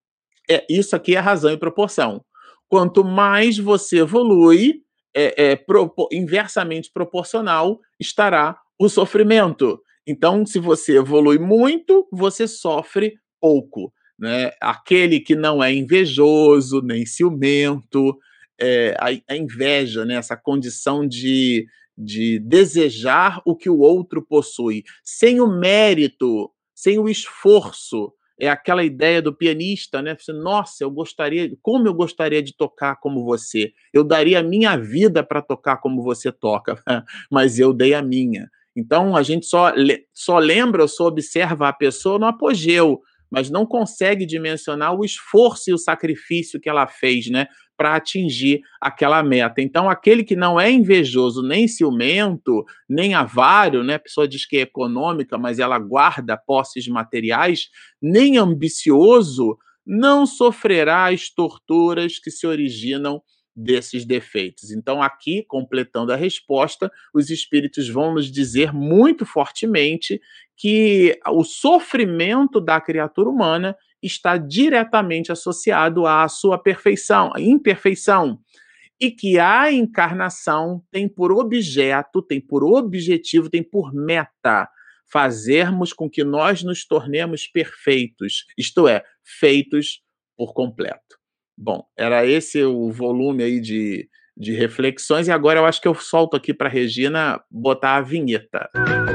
É, isso aqui é razão e proporção. Quanto mais você evolui, é, é, pro, inversamente proporcional estará o sofrimento. Então, se você evolui muito, você sofre pouco, né? Aquele que não é invejoso, nem ciumento, é, a, a inveja, né? Essa condição de, de desejar o que o outro possui, sem o mérito, sem o esforço. É aquela ideia do pianista, né? Nossa, eu gostaria, como eu gostaria de tocar como você. Eu daria a minha vida para tocar como você toca, mas eu dei a minha. Então, a gente só, só lembra ou só observa a pessoa no apogeu, mas não consegue dimensionar o esforço e o sacrifício que ela fez, né, para atingir aquela meta. Então, aquele que não é invejoso, nem ciumento, nem avaro, né, a pessoa diz que é econômica, mas ela guarda posses materiais, nem ambicioso, não sofrerá as torturas que se originam desses defeitos. Então, aqui, completando a resposta, os espíritos vão nos dizer muito fortemente que o sofrimento da criatura humana está diretamente associado à sua perfeição, à imperfeição, e que a encarnação tem por objeto, tem por objetivo, tem por meta fazermos com que nós nos tornemos perfeitos, isto é, feitos por completo. Bom, era esse o volume aí de, de reflexões, e agora eu acho que eu solto aqui para a Regina botar a vinheta.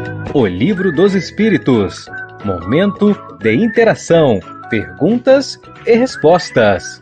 O Livro dos Espíritos. Momento de interação, perguntas e respostas.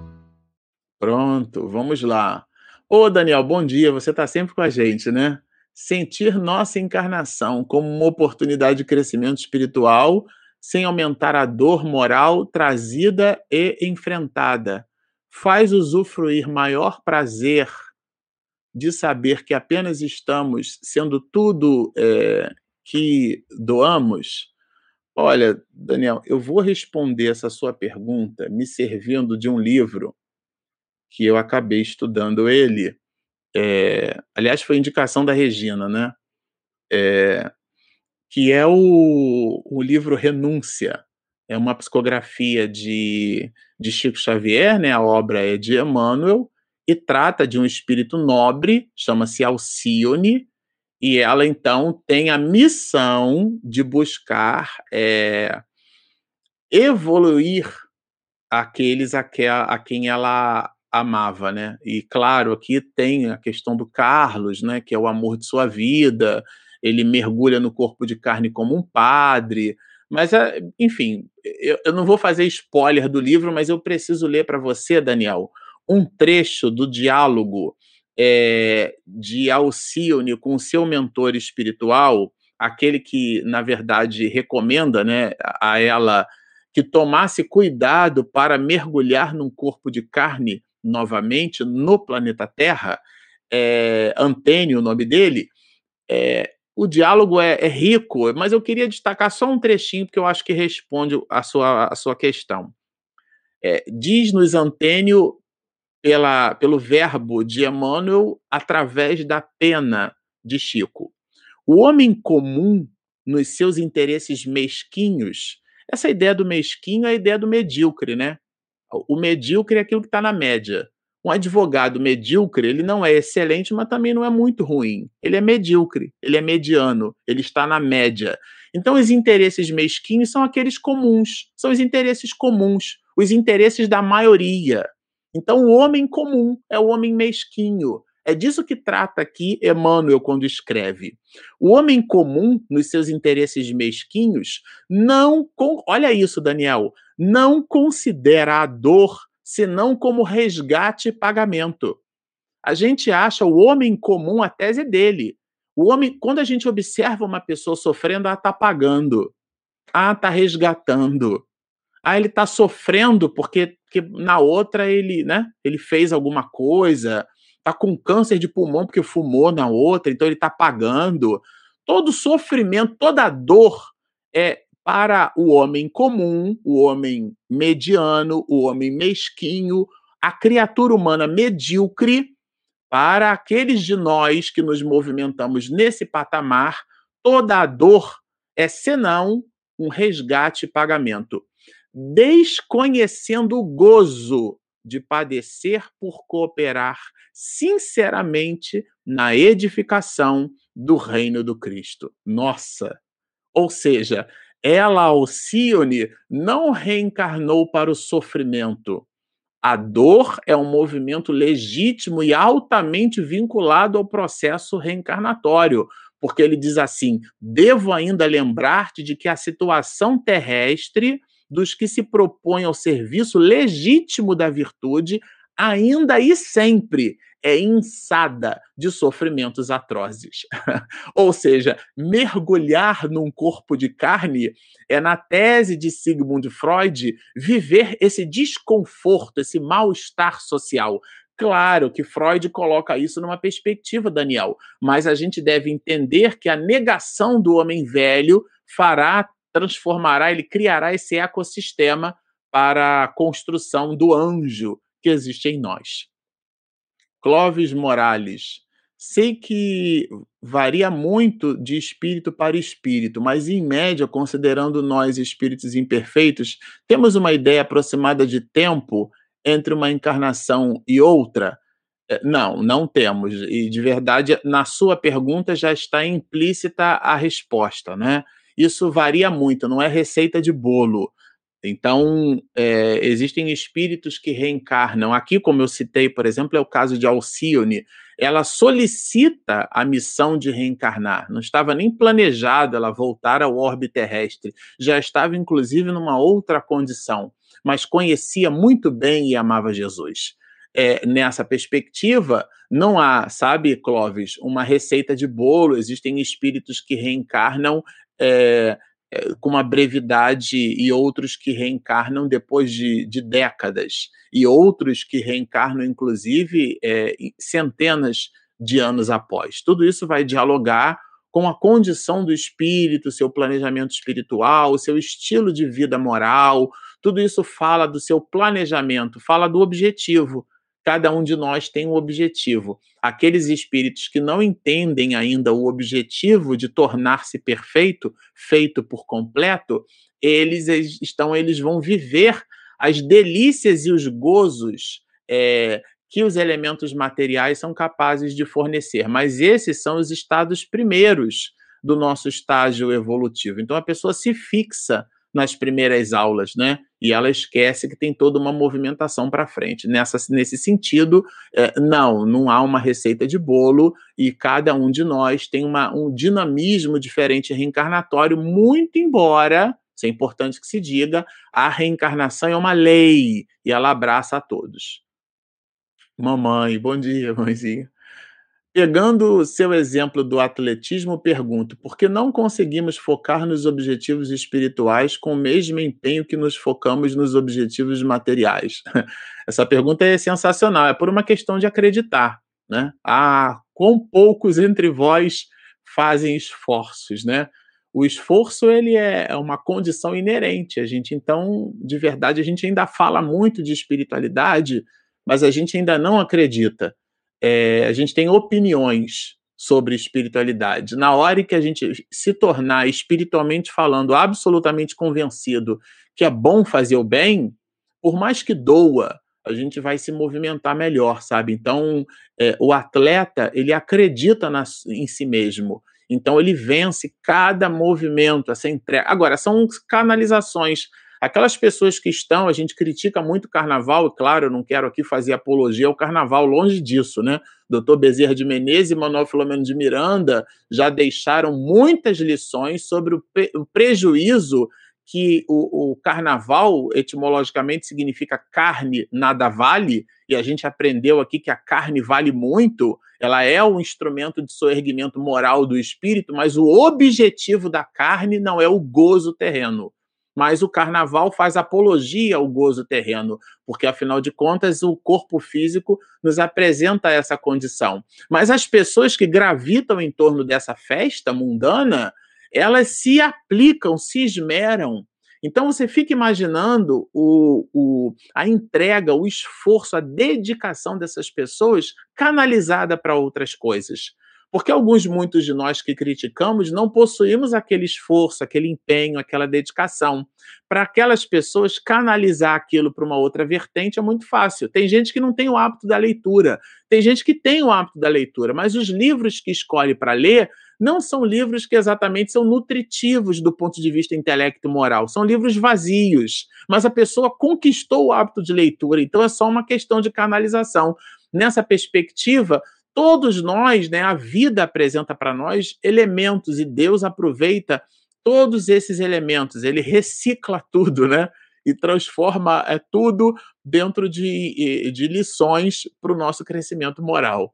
Pronto, vamos lá. Ô, Daniel, bom dia, você está sempre com a gente, né? sentir nossa encarnação como uma oportunidade de crescimento espiritual, sem aumentar a dor moral trazida e enfrentada. Faz usufruir maior prazer de saber que apenas estamos sendo tudo eh, que doamos. Olha, Daniel, eu vou responder essa sua pergunta me servindo de um livro que eu acabei estudando ele. eh, aliás, foi indicação da Regina, né? Eh, que é o, o livro Renúncia. É uma psicografia de, de Chico Xavier, né? A obra é de Emmanuel, e trata de um espírito nobre, chama-se Alcione, e ela, então, tem a missão de buscar é, evoluir aqueles a, que, a quem ela amava, né? E, claro, aqui tem a questão do Carlos, né? Que é o amor de sua vida, ele mergulha no corpo de carne como um padre, mas, enfim, eu, eu não vou fazer spoiler do livro, mas eu preciso ler para você, Daniel, um trecho do diálogo é, de Alcione com seu mentor espiritual, aquele que, na verdade, recomenda, né, a ela que tomasse cuidado para mergulhar num corpo de carne novamente no planeta Terra. é, Antênio, o nome dele. É, o diálogo é, é rico, mas eu queria destacar só um trechinho, porque eu acho que responde a sua, a sua questão. É, diz-nos Antênio, pela, pelo verbo de Emmanuel, através da pena de Chico. O homem comum, nos seus interesses mesquinhos, essa ideia do mesquinho é a ideia do medíocre, né? O medíocre é aquilo que está na média. Um advogado medíocre, ele não é excelente, mas também não é muito ruim. Ele é medíocre, ele é mediano, ele está na média. Então, os interesses mesquinhos são aqueles comuns, são os interesses comuns, os interesses da maioria. Então, o homem comum é o homem mesquinho. É disso que trata aqui Emmanuel quando escreve. O homem comum, nos seus interesses mesquinhos, não... Olha isso, Daniel. Não considera a dor senão como resgate e pagamento. A gente acha o homem comum, a tese dele. O homem, quando a gente observa uma pessoa sofrendo, ela está pagando. Ah, está resgatando. Ah, ele está sofrendo porque, porque na outra ele, né, ele fez alguma coisa, está com câncer de pulmão porque fumou na outra, então ele está pagando. Todo sofrimento, toda dor é para o homem comum, o homem mediano, o homem mesquinho, a criatura humana medíocre. Para aqueles de nós que nos movimentamos nesse patamar, toda a dor é senão um resgate e pagamento, desconhecendo o gozo de padecer por cooperar sinceramente na edificação do reino do Cristo. Nossa! Ou seja, ela, Alcione, não reencarnou para o sofrimento. A dor é um movimento legítimo e altamente vinculado ao processo reencarnatório, porque ele diz assim: devo ainda lembrar-te de que a situação terrestre dos que se propõem ao serviço legítimo da virtude, ainda e sempre, é inçada de sofrimentos atrozes. Ou seja, mergulhar num corpo de carne é, na tese de Sigmund Freud, viver esse desconforto, esse mal-estar social. Claro que Freud coloca isso numa perspectiva, Daniel, mas a gente deve entender que a negação do homem velho fará, transformará, ele criará esse ecossistema para a construção do anjo que existe em nós. Clóvis Morales. Sei que varia muito de espírito para espírito, mas, em média, considerando nós espíritos imperfeitos, temos uma ideia aproximada de tempo entre uma encarnação e outra? Não, não temos. E, de verdade, na sua pergunta já está implícita a resposta, né? Isso varia muito, não é receita de bolo. Então, é, existem espíritos que reencarnam. Aqui, como eu citei, por exemplo, é o caso de Alcione. Ela solicita a missão de reencarnar. Não estava nem planejado ela voltar ao orbe terrestre. Já estava, inclusive, numa outra condição, mas conhecia muito bem e amava Jesus. é, nessa perspectiva, não há, sabe, Clóvis, uma receita de bolo. Existem espíritos que reencarnam é, é, com uma brevidade e outros que reencarnam depois de, de décadas, e outros que reencarnam, inclusive, é, centenas de anos após. Tudo isso vai dialogar com a condição do espírito, seu planejamento espiritual, o seu estilo de vida moral. Tudo isso fala do seu planejamento, fala do objetivo. Cada um de nós tem um objetivo. Aqueles espíritos que não entendem ainda o objetivo de tornar-se perfeito, feito por completo, eles estão, eles vão viver as delícias e os gozos é, que os elementos materiais são capazes de fornecer. Mas esses são os estados primeiros do nosso estágio evolutivo. Então a pessoa se fixa nas primeiras aulas, né? E ela esquece que tem toda uma movimentação para frente. Nessa, nesse sentido, é, não, não há uma receita de bolo, e cada um de nós tem uma, um dinamismo diferente reencarnatório, muito embora, isso é importante que se diga, a reencarnação é uma lei e ela abraça a todos. Mamãe, bom dia, mãezinha. Pegando o seu exemplo do atletismo, pergunto: por que não conseguimos focar nos objetivos espirituais com o mesmo empenho que nos focamos nos objetivos materiais? Essa pergunta é sensacional, é por uma questão de acreditar, né? Ah, quão poucos entre vós fazem esforços, né? O esforço, ele é uma condição inerente. A gente, então, de verdade, a gente ainda fala muito de espiritualidade, mas a gente ainda não acredita. É, a gente tem opiniões sobre espiritualidade. Na hora que a gente se tornar, espiritualmente falando, absolutamente convencido que é bom fazer o bem, por mais que doa, a gente vai se movimentar melhor, sabe? Então, é, o atleta, ele acredita na, em si mesmo. Então, ele vence cada movimento, essa entrega. Agora, são canalizações. Aquelas pessoas que estão, a gente critica muito o carnaval, e claro, eu não quero aqui fazer apologia ao carnaval, longe disso, né? doutor Bezerra de Menezes e Manuel Filomeno de Miranda já deixaram muitas lições sobre o, pre o prejuízo que o, o carnaval, etimologicamente, significa carne, nada vale, e a gente aprendeu aqui que a carne vale muito. Ela é um instrumento de soerguimento moral do espírito, mas o objetivo da carne não é o gozo terreno. Mas o carnaval faz apologia ao gozo terreno, porque, afinal de contas, o corpo físico nos apresenta essa condição. Mas as pessoas que gravitam em torno dessa festa mundana, elas se aplicam, se esmeram. Então, você fica imaginando o, o, a entrega, o esforço, a dedicação dessas pessoas canalizada para outras coisas. Porque alguns, muitos de nós que criticamos, não possuímos aquele esforço, aquele empenho, aquela dedicação. Para aquelas pessoas, canalizar aquilo para uma outra vertente é muito fácil. Tem gente que não tem o hábito da leitura, tem gente que tem o hábito da leitura, mas os livros que escolhe para ler não são livros que exatamente são nutritivos do ponto de vista intelecto-moral, são livros vazios, mas a pessoa conquistou o hábito de leitura, então é só uma questão de canalização. Nessa perspectiva, todos nós, né, a vida apresenta para nós elementos e Deus aproveita todos esses elementos, ele recicla tudo, né, e transforma é, tudo dentro de, de lições para o nosso crescimento moral.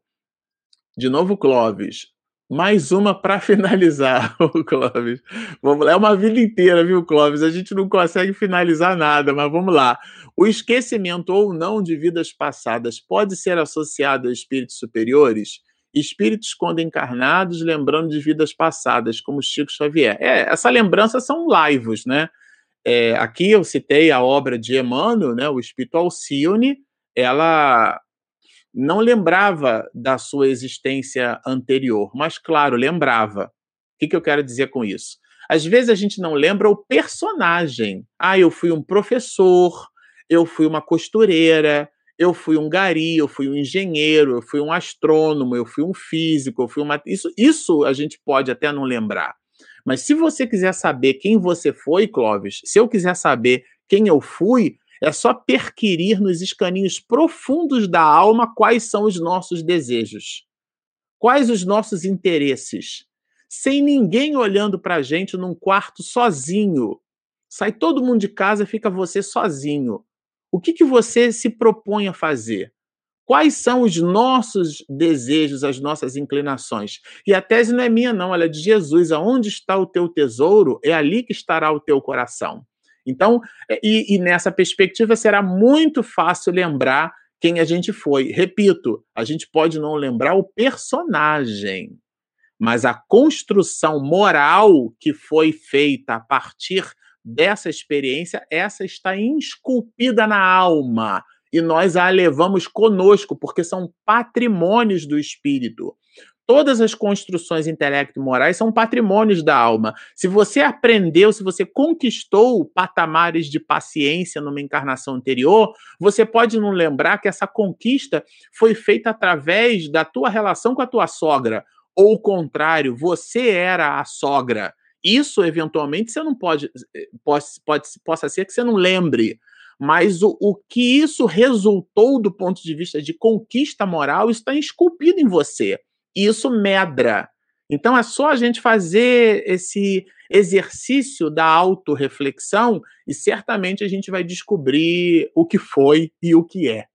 De novo, Clóvis, mais uma para finalizar, Clóvis. Vamos lá, é uma vida inteira, viu, Clóvis? A gente não consegue finalizar nada, mas vamos lá. O esquecimento ou não de vidas passadas pode ser associado a espíritos superiores? Espíritos, quando encarnados, lembrando de vidas passadas, como Chico Xavier. É, essa lembrança são laivos, né? É, aqui eu citei a obra de Emmanuel, né, o Espírito Alcione, ela não lembrava da sua existência anterior, mas, claro, lembrava. O que, que eu quero dizer com isso? Às vezes a gente não lembra o personagem. Ah, eu fui um professor, eu fui uma costureira, eu fui um gari, eu fui um engenheiro, eu fui um astrônomo, eu fui um físico, eu fui uma... Isso, isso a gente pode até não lembrar. Mas se você quiser saber quem você foi, Clóvis, se eu quiser saber quem eu fui, é só perquirir nos escaninhos profundos da alma quais são os nossos desejos, quais os nossos interesses, sem ninguém olhando para a gente num quarto sozinho. Sai todo mundo de casa, fica você sozinho. O que, que você se propõe a fazer? Quais são os nossos desejos, as nossas inclinações? E a tese não é minha, não, ela é de Jesus. Aonde está o teu tesouro, é ali que estará o teu coração. Então, e, e nessa perspectiva será muito fácil lembrar quem a gente foi. Repito, a gente pode não lembrar o personagem, mas a construção moral que foi feita a partir dessa experiência, essa está esculpida na alma. E nós a levamos conosco, porque são patrimônios do espírito. Todas as construções intelecto-morais são patrimônios da alma. Se você aprendeu, se você conquistou patamares de paciência numa encarnação anterior, você pode não lembrar que essa conquista foi feita através da tua relação com a tua sogra. Ou o contrário, você era a sogra. Isso, eventualmente, você não pode, pode, pode possa ser que você não lembre. Mas o, o que isso resultou do ponto de vista de conquista moral está esculpido em você. E isso medra. Então é só a gente fazer esse exercício da autorreflexão e certamente a gente vai descobrir o que foi e o que é.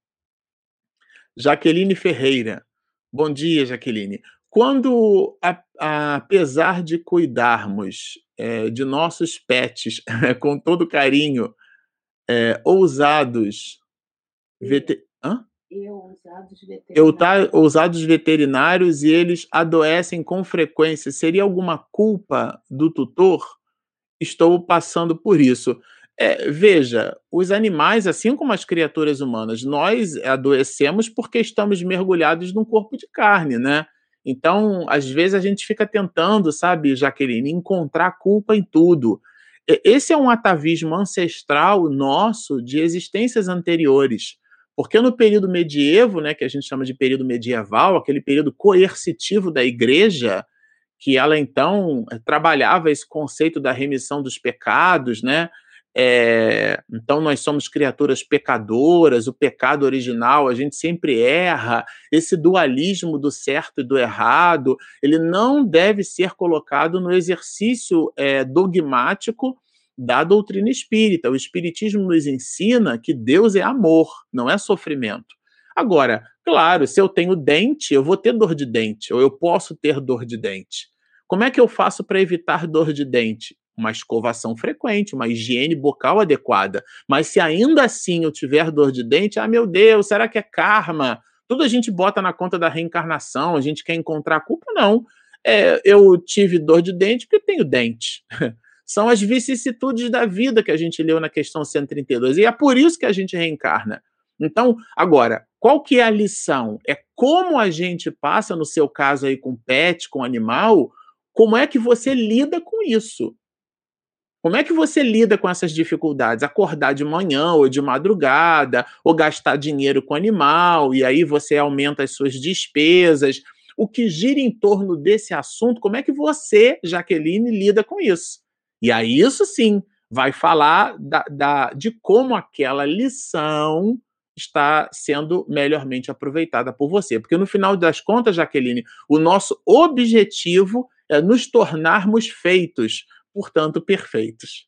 Jaqueline Ferreira. Bom dia, Jaqueline. Quando, a, a, apesar de cuidarmos é, de nossos pets com todo carinho, é, ousados... Vete... Hã? Eu, ousados veterinários. Eu tá, ousados veterinários e eles adoecem com frequência. Seria alguma culpa do tutor? Estou passando por isso. É, veja, os animais, assim como as criaturas humanas, nós adoecemos porque estamos mergulhados num corpo de carne, né? Então, às vezes a gente fica tentando, sabe, Jaqueline, encontrar culpa em tudo. Esse é um atavismo ancestral nosso de existências anteriores. Porque no período medievo, né, que a gente chama de período medieval, aquele período coercitivo da igreja, que ela então trabalhava esse conceito da remissão dos pecados, né? É, então nós somos criaturas pecadoras, o pecado original, a gente sempre erra, esse dualismo do certo e do errado, ele não deve ser colocado no exercício é, dogmático da doutrina espírita. O espiritismo nos ensina que Deus é amor, não é sofrimento. Agora, claro, se eu tenho dente, eu vou ter dor de dente, ou eu posso ter dor de dente. Como é que eu faço para evitar dor de dente? Uma escovação frequente, uma higiene bucal adequada. Mas se ainda assim eu tiver dor de dente, ah, meu Deus, será que é karma? Tudo a gente bota na conta da reencarnação, a gente quer encontrar a culpa? Não. É, eu tive dor de dente porque tenho dente. São as vicissitudes da vida que a gente leu na questão cento e trinta e dois. E é por isso que a gente reencarna. Então, agora, qual que é a lição? É como a gente passa, no seu caso aí com pet, com animal, como é que você lida com isso? Como é que você lida com essas dificuldades? Acordar de manhã ou de madrugada, ou gastar dinheiro com animal, e aí você aumenta as suas despesas. O que gira em torno desse assunto, como é que você, Jaqueline, lida com isso? E aí, isso sim, vai falar da, da, de como aquela lição está sendo melhormente aproveitada por você. Porque no final das contas, Jaqueline, o nosso objetivo é nos tornarmos feitos, portanto, perfeitos.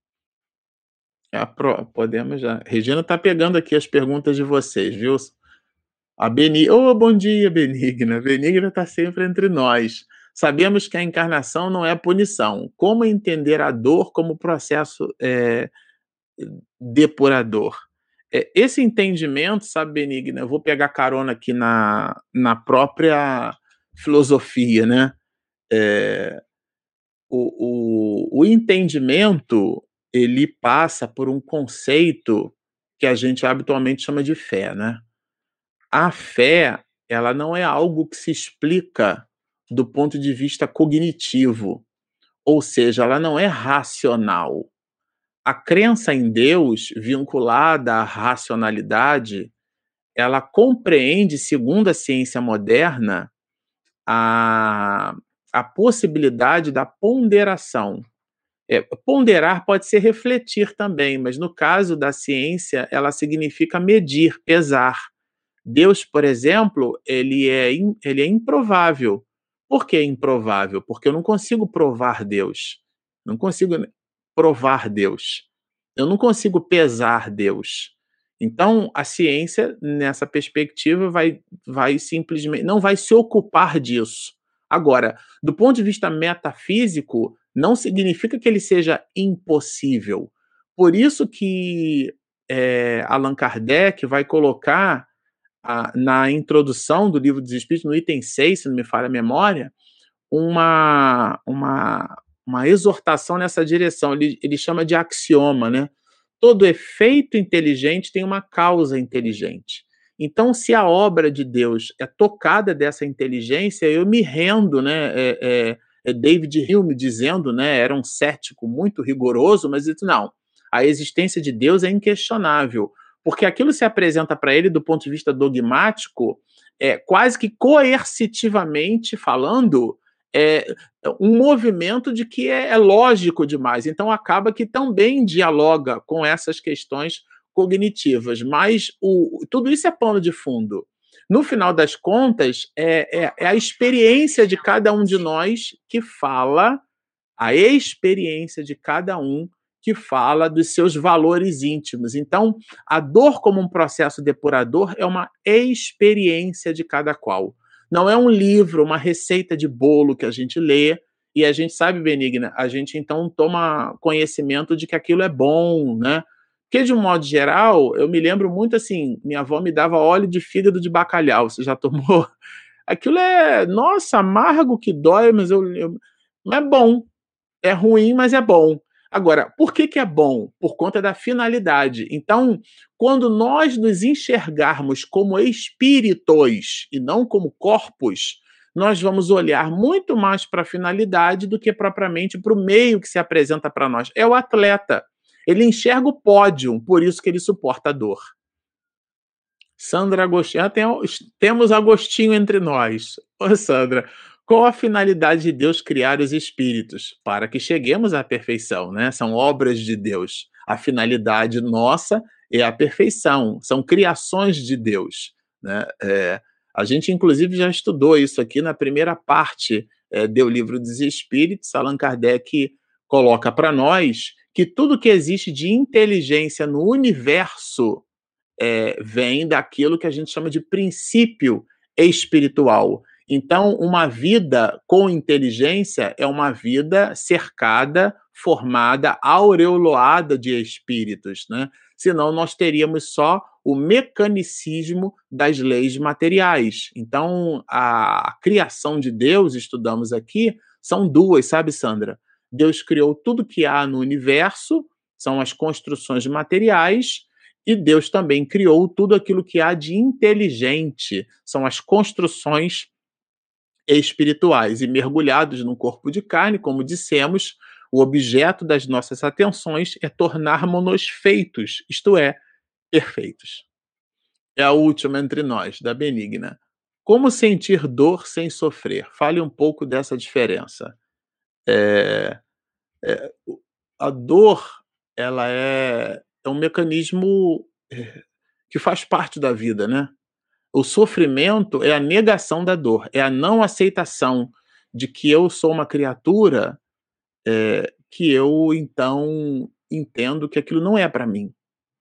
É, podemos já. Regina está pegando aqui as perguntas de vocês, viu? A Benigna. Oh, bom dia, Benigna. Benigna está sempre entre nós. Sabemos que a encarnação não é punição. Como entender a dor como processo é, depurador? É, esse entendimento, sabe, Benigna, eu vou pegar carona aqui na, na própria filosofia, né? É, o, o, o entendimento, ele passa por um conceito que a gente habitualmente chama de fé, né? A fé, ela não é algo que se explica do ponto de vista cognitivo, ou seja, ela não é racional. A crença em Deus, vinculada à racionalidade, ela compreende, segundo a ciência moderna, a, a possibilidade da ponderação. É, ponderar pode ser refletir também, mas no caso da ciência, ela significa medir, pesar. Deus, por exemplo, ele é, in, ele é improvável. Por que improvável? Porque eu não consigo provar Deus. Não consigo provar Deus. Eu não consigo pesar Deus. Então, a ciência, nessa perspectiva, vai, vai simplesmente não vai se ocupar disso. Agora, do ponto de vista metafísico, não significa que ele seja impossível. Por isso que é, Allan Kardec vai colocar a, na introdução do Livro dos Espíritos, no item seis, se não me falha a memória, uma, uma, uma exortação nessa direção. Ele, ele chama de axioma, né? Todo efeito inteligente tem uma causa inteligente. Então, se a obra de Deus é tocada dessa inteligência, eu me rendo, né? É, é, é David Hume dizendo, né? Era um cético muito rigoroso, mas disse, não, a existência de Deus é inquestionável, porque aquilo se apresenta para ele do ponto de vista dogmático, é, quase que coercitivamente falando, é, um movimento de que é, é lógico demais. Então, acaba que também dialoga com essas questões cognitivas. Mas o, tudo isso é pano de fundo. No final das contas, é, é, é a experiência de cada um de nós que fala, a experiência de cada um que fala dos seus valores íntimos. Então, a dor como um processo depurador é uma experiência de cada qual. Não é um livro, uma receita de bolo que a gente lê e a gente sabe, Benigna, a gente então toma conhecimento de que aquilo é bom, né? Porque, de um modo geral, eu me lembro muito assim, minha avó me dava óleo de fígado de bacalhau, você já tomou? Aquilo é, nossa, amargo que dói, mas eu, eu é bom. É ruim, mas é bom. Agora, por que que é bom? Por conta da finalidade. Então, quando nós nos enxergarmos como espíritos e não como corpos, nós vamos olhar muito mais para a finalidade do que propriamente para o meio que se apresenta para nós. É o atleta. Ele enxerga o pódio, por isso que ele suporta a dor. Sandra Agostinho. Ah, tem, temos Agostinho entre nós. Ô, Sandra, qual a finalidade de Deus criar os espíritos? Para que cheguemos à perfeição, né? São obras de Deus. A finalidade nossa é a perfeição. São criações de Deus, né? É, a gente, inclusive, já estudou isso aqui na primeira parte é, do Livro dos Espíritos. Allan Kardec coloca para nós que tudo que existe de inteligência no universo é, vem daquilo que a gente chama de princípio espiritual. Então, uma vida com inteligência é uma vida cercada, formada, aureolada de espíritos, né? Senão nós teríamos só o mecanicismo das leis materiais. Então, a criação de Deus, estudamos aqui, são duas, sabe, Sandra? Deus criou tudo que há no universo, são as construções materiais, e Deus também criou tudo aquilo que há de inteligente, são as construções espirituais. E mergulhados num corpo de carne, como dissemos, o objeto das nossas atenções é tornarmos-nos feitos, isto é, perfeitos. É a última entre nós, da Benigna. Como sentir dor sem sofrer? Fale um pouco dessa diferença. É, é, a dor, ela é, é um mecanismo é, que faz parte da vida, né? O sofrimento é a negação da dor, é a não aceitação de que eu sou uma criatura é, que eu, então, entendo que aquilo não é para mim.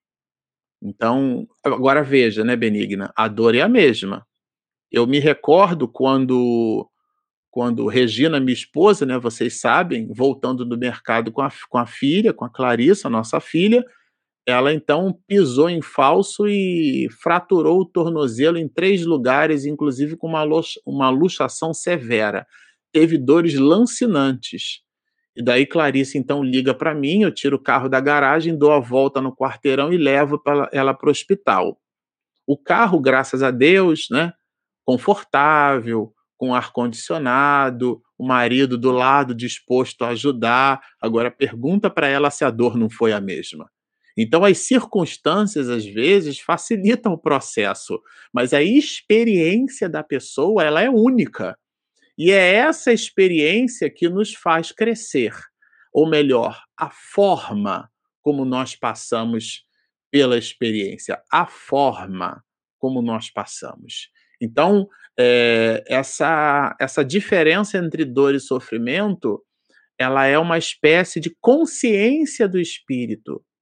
Então, agora veja, né, Benigna, a dor é a mesma. Eu me recordo quando, quando Regina, minha esposa, né, vocês sabem, voltando do mercado com a, com a filha, com a Clarissa, nossa filha, ela então pisou em falso e fraturou o tornozelo em três lugares, inclusive com uma, uma luxação severa. Teve dores lancinantes. E daí Clarice então liga para mim, eu tiro o carro da garagem, dou a volta no quarteirão e levo pra ela para o hospital. O carro, graças a Deus, né, confortável, com ar-condicionado, o marido do lado disposto a ajudar. Agora pergunta para ela se a dor não foi a mesma. Então, as circunstâncias, às vezes, facilitam o processo, mas a experiência da pessoa, ela é única. E é essa experiência que nos faz crescer. Ou melhor, a forma como nós passamos pela experiência, a forma como nós passamos. Então, é, essa, essa diferença entre dor e sofrimento, ela é uma espécie de consciência do espírito.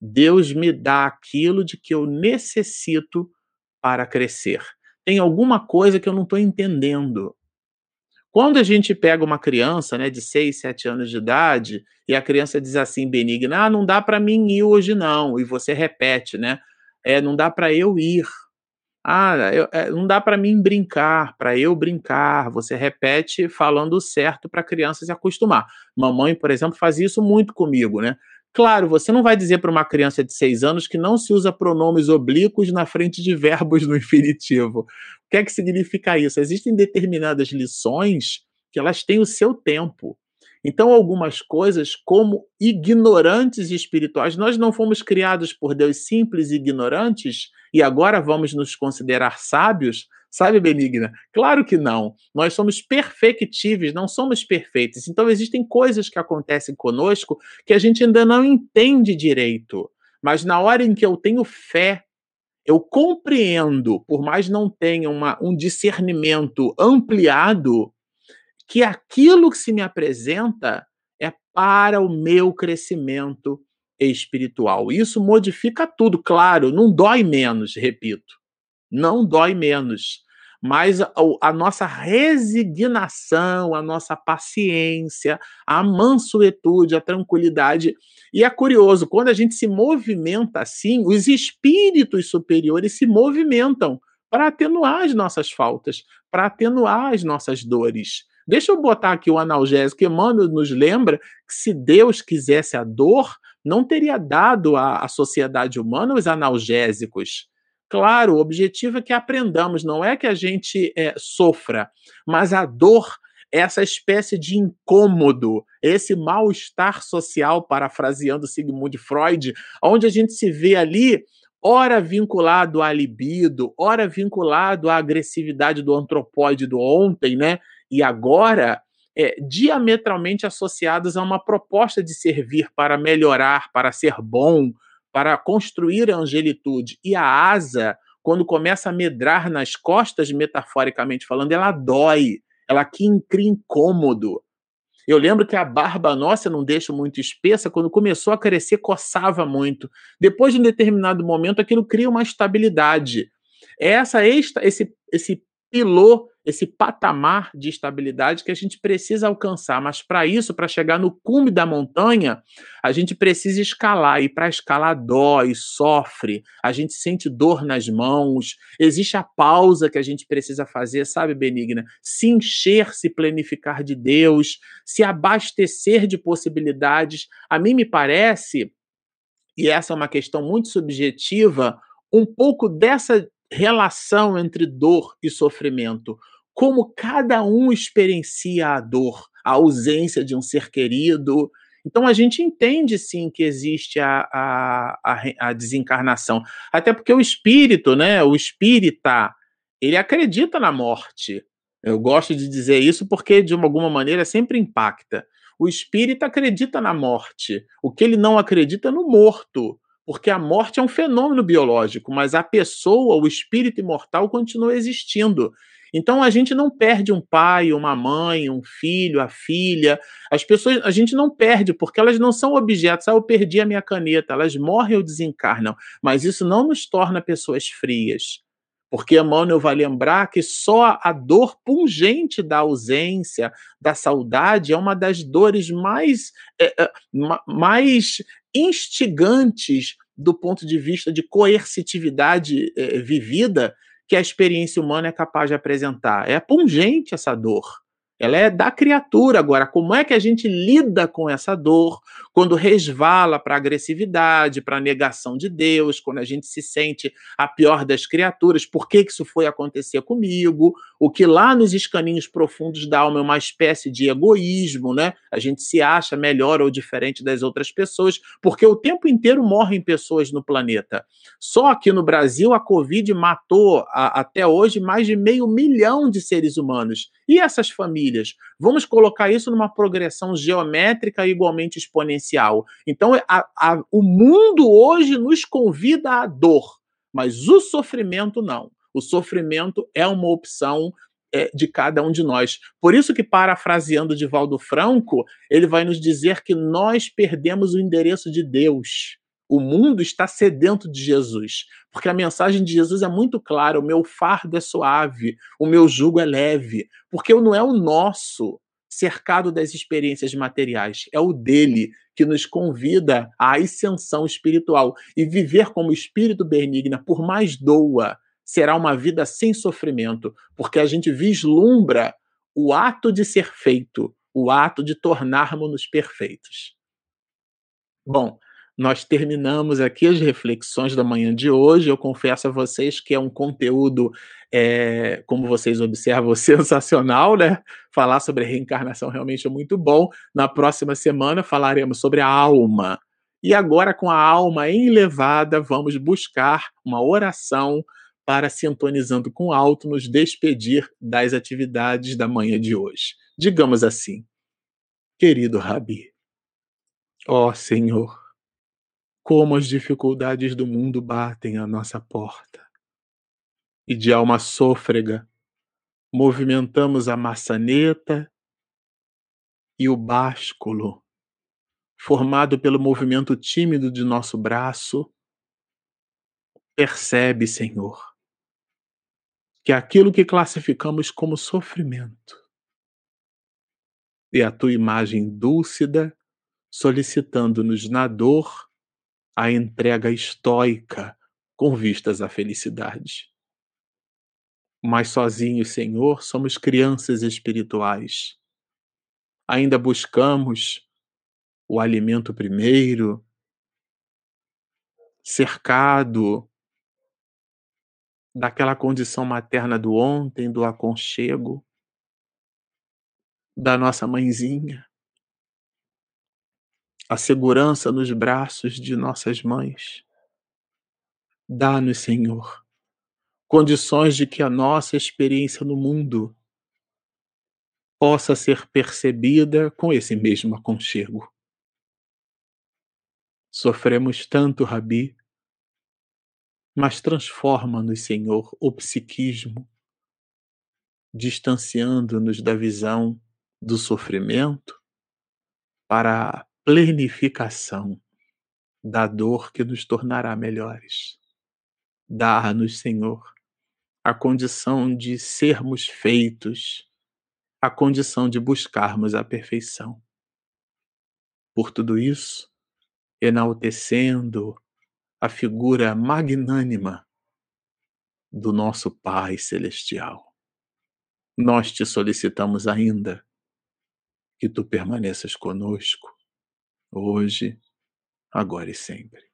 Deus me dá aquilo de que eu necessito para crescer. Tem alguma coisa que eu não estou entendendo. Quando a gente pega uma criança, né, de seis, sete anos de idade, e a criança diz assim, benigna: "Ah, não dá para mim ir hoje não", e você repete, né, "É, não dá para eu ir". "Ah, eu eh, não dá para mim brincar, para eu brincar", você repete falando o certo para a criança se acostumar. Mamãe, por exemplo, fazia isso muito comigo, né. Claro, você não vai dizer para uma criança de seis anos que não se usa pronomes oblíquos na frente de verbos no infinitivo. O que é que significa isso? Existem determinadas lições que elas têm o seu tempo. Então, algumas coisas, como ignorantes espirituais, nós não fomos criados por Deus simples e ignorantes e agora vamos nos considerar sábios? Sabe, Benigna? Claro que não. Nós somos perfectíveis, não somos perfeitos. Então, existem coisas que acontecem conosco que a gente ainda não entende direito. Mas na hora em que eu tenho fé, eu compreendo, por mais não tenha uma, um discernimento ampliado, que aquilo que se me apresenta é para o meu crescimento espiritual. Isso modifica tudo, claro, não dói menos, repito, não dói menos, mas a, o- a nossa resignação, a nossa paciência, a mansuetude, a tranquilidade. E é curioso, quando a gente se movimenta assim, os espíritos superiores se movimentam para atenuar as nossas faltas, para atenuar as nossas dores. Deixa eu botar aqui o analgésico. Emmanuel nos lembra que se Deus quisesse a dor, não teria dado à, à sociedade humana os analgésicos. Claro, o objetivo é que aprendamos, não é que a gente eh, sofra, mas a dor, essa espécie de incômodo, esse mal-estar social, parafraseando Sigmund Freud, onde a gente se vê ali, ora vinculado à libido, ora vinculado à agressividade do antropóide do ontem, né? E agora é, diametralmente associados a uma proposta de servir para melhorar, para ser bom, para construir a angelitude. E a asa, quando começa a medrar nas costas, metaforicamente falando, ela dói, ela cria incômodo. Eu lembro que a barba nossa, não deixo muito espessa, quando começou a crescer, coçava muito. Depois de um determinado momento, aquilo cria uma estabilidade. Essa esta, esse, esse pilô, esse patamar de estabilidade que a gente precisa alcançar. Mas para isso, para chegar no cume da montanha, a gente precisa escalar. E para escalar dói, sofre, a gente sente dor nas mãos, existe a pausa que a gente precisa fazer, sabe, Benigna? Se encher, se planificar de Deus, se abastecer de possibilidades. A mim me parece, e essa é uma questão muito subjetiva, um pouco dessa relação entre dor e sofrimento. Como cada um experiencia a dor, a ausência de um ser querido. Então a gente entende sim que existe a, a, a, a desencarnação. Até porque o espírito, né, o espírita, ele acredita na morte. Eu gosto de dizer isso porque, de alguma maneira, sempre impacta. O espírita acredita na morte. O que ele não acredita é no morto. Porque a morte é um fenômeno biológico, mas a pessoa, o espírito imortal, continua existindo. Então a gente não perde um pai, uma mãe, um filho, a filha. As pessoas, a gente não perde, porque elas não são objetos. Ah, eu perdi a minha caneta. Elas morrem ou desencarnam. Mas isso não nos torna pessoas frias. Porque Emmanuel vai lembrar que só a dor pungente da ausência, da saudade, é uma das dores mais, é, é, mais instigantes do ponto de vista de coercitividade é, vivida que a experiência humana é capaz de apresentar. É pungente essa dor. Ela é da criatura. Agora, como é que a gente lida com essa dor quando resvala para a agressividade, para a negação de Deus, quando a gente se sente a pior das criaturas? Por que, que isso foi acontecer comigo? O que lá nos escaninhos profundos da alma é uma espécie de egoísmo, né? A gente se acha melhor ou diferente das outras pessoas, porque o tempo inteiro morrem pessoas no planeta. Só aqui no Brasil, a Covid matou a, até hoje mais de meio milhão de seres humanos. E essas famílias? Vamos colocar isso numa progressão geométrica igualmente exponencial. Então, a, a, o mundo hoje nos convida à dor, mas o sofrimento não. O sofrimento é uma opção é, de cada um de nós. Por isso que, parafraseando Divaldo Franco, ele vai nos dizer que nós perdemos o endereço de Deus. O mundo está sedento de Jesus, porque a mensagem de Jesus é muito clara: o meu fardo é suave, o meu jugo é leve, porque não é o nosso cercado das experiências materiais, é o dele que nos convida à ascensão espiritual. E viver como espírito benigna, por mais doa, será uma vida sem sofrimento, porque a gente vislumbra o ato de ser feito, o ato de tornarmos-nos perfeitos. Bom, nós terminamos aqui as reflexões da manhã de hoje. Eu confesso a vocês que é um conteúdo, eh, como vocês observam, sensacional, né? Falar sobre reencarnação realmente é muito bom. Na próxima semana falaremos sobre a alma. E agora, com a alma elevada, vamos buscar uma oração para, sintonizando com o alto, nos despedir das atividades da manhã de hoje. Digamos assim: querido Rabi, ó Senhor, como as dificuldades do mundo batem à nossa porta. E de alma sôfrega, movimentamos a maçaneta e o básculo, formado pelo movimento tímido de nosso braço. Percebe, Senhor, que aquilo que classificamos como sofrimento é a tua imagem dúlcida, solicitando-nos na dor a entrega estoica com vistas à felicidade. Mas sozinhos, Senhor, somos crianças espirituais. Ainda buscamos o alimento primeiro, cercado daquela condição materna do ontem, do aconchego, da nossa mãezinha, a segurança nos braços de nossas mães. Dá-nos, Senhor, condições de que a nossa experiência no mundo possa ser percebida com esse mesmo aconchego. Sofremos tanto, Rabi, mas transforma-nos, Senhor, o psiquismo, distanciando-nos da visão do sofrimento para a plenificação da dor que nos tornará melhores. Dá-nos, Senhor, a condição de sermos feitos, a condição de buscarmos a perfeição. Por tudo isso, enaltecendo a figura magnânima do nosso Pai Celestial, nós te solicitamos ainda que tu permaneças conosco, hoje, agora e sempre.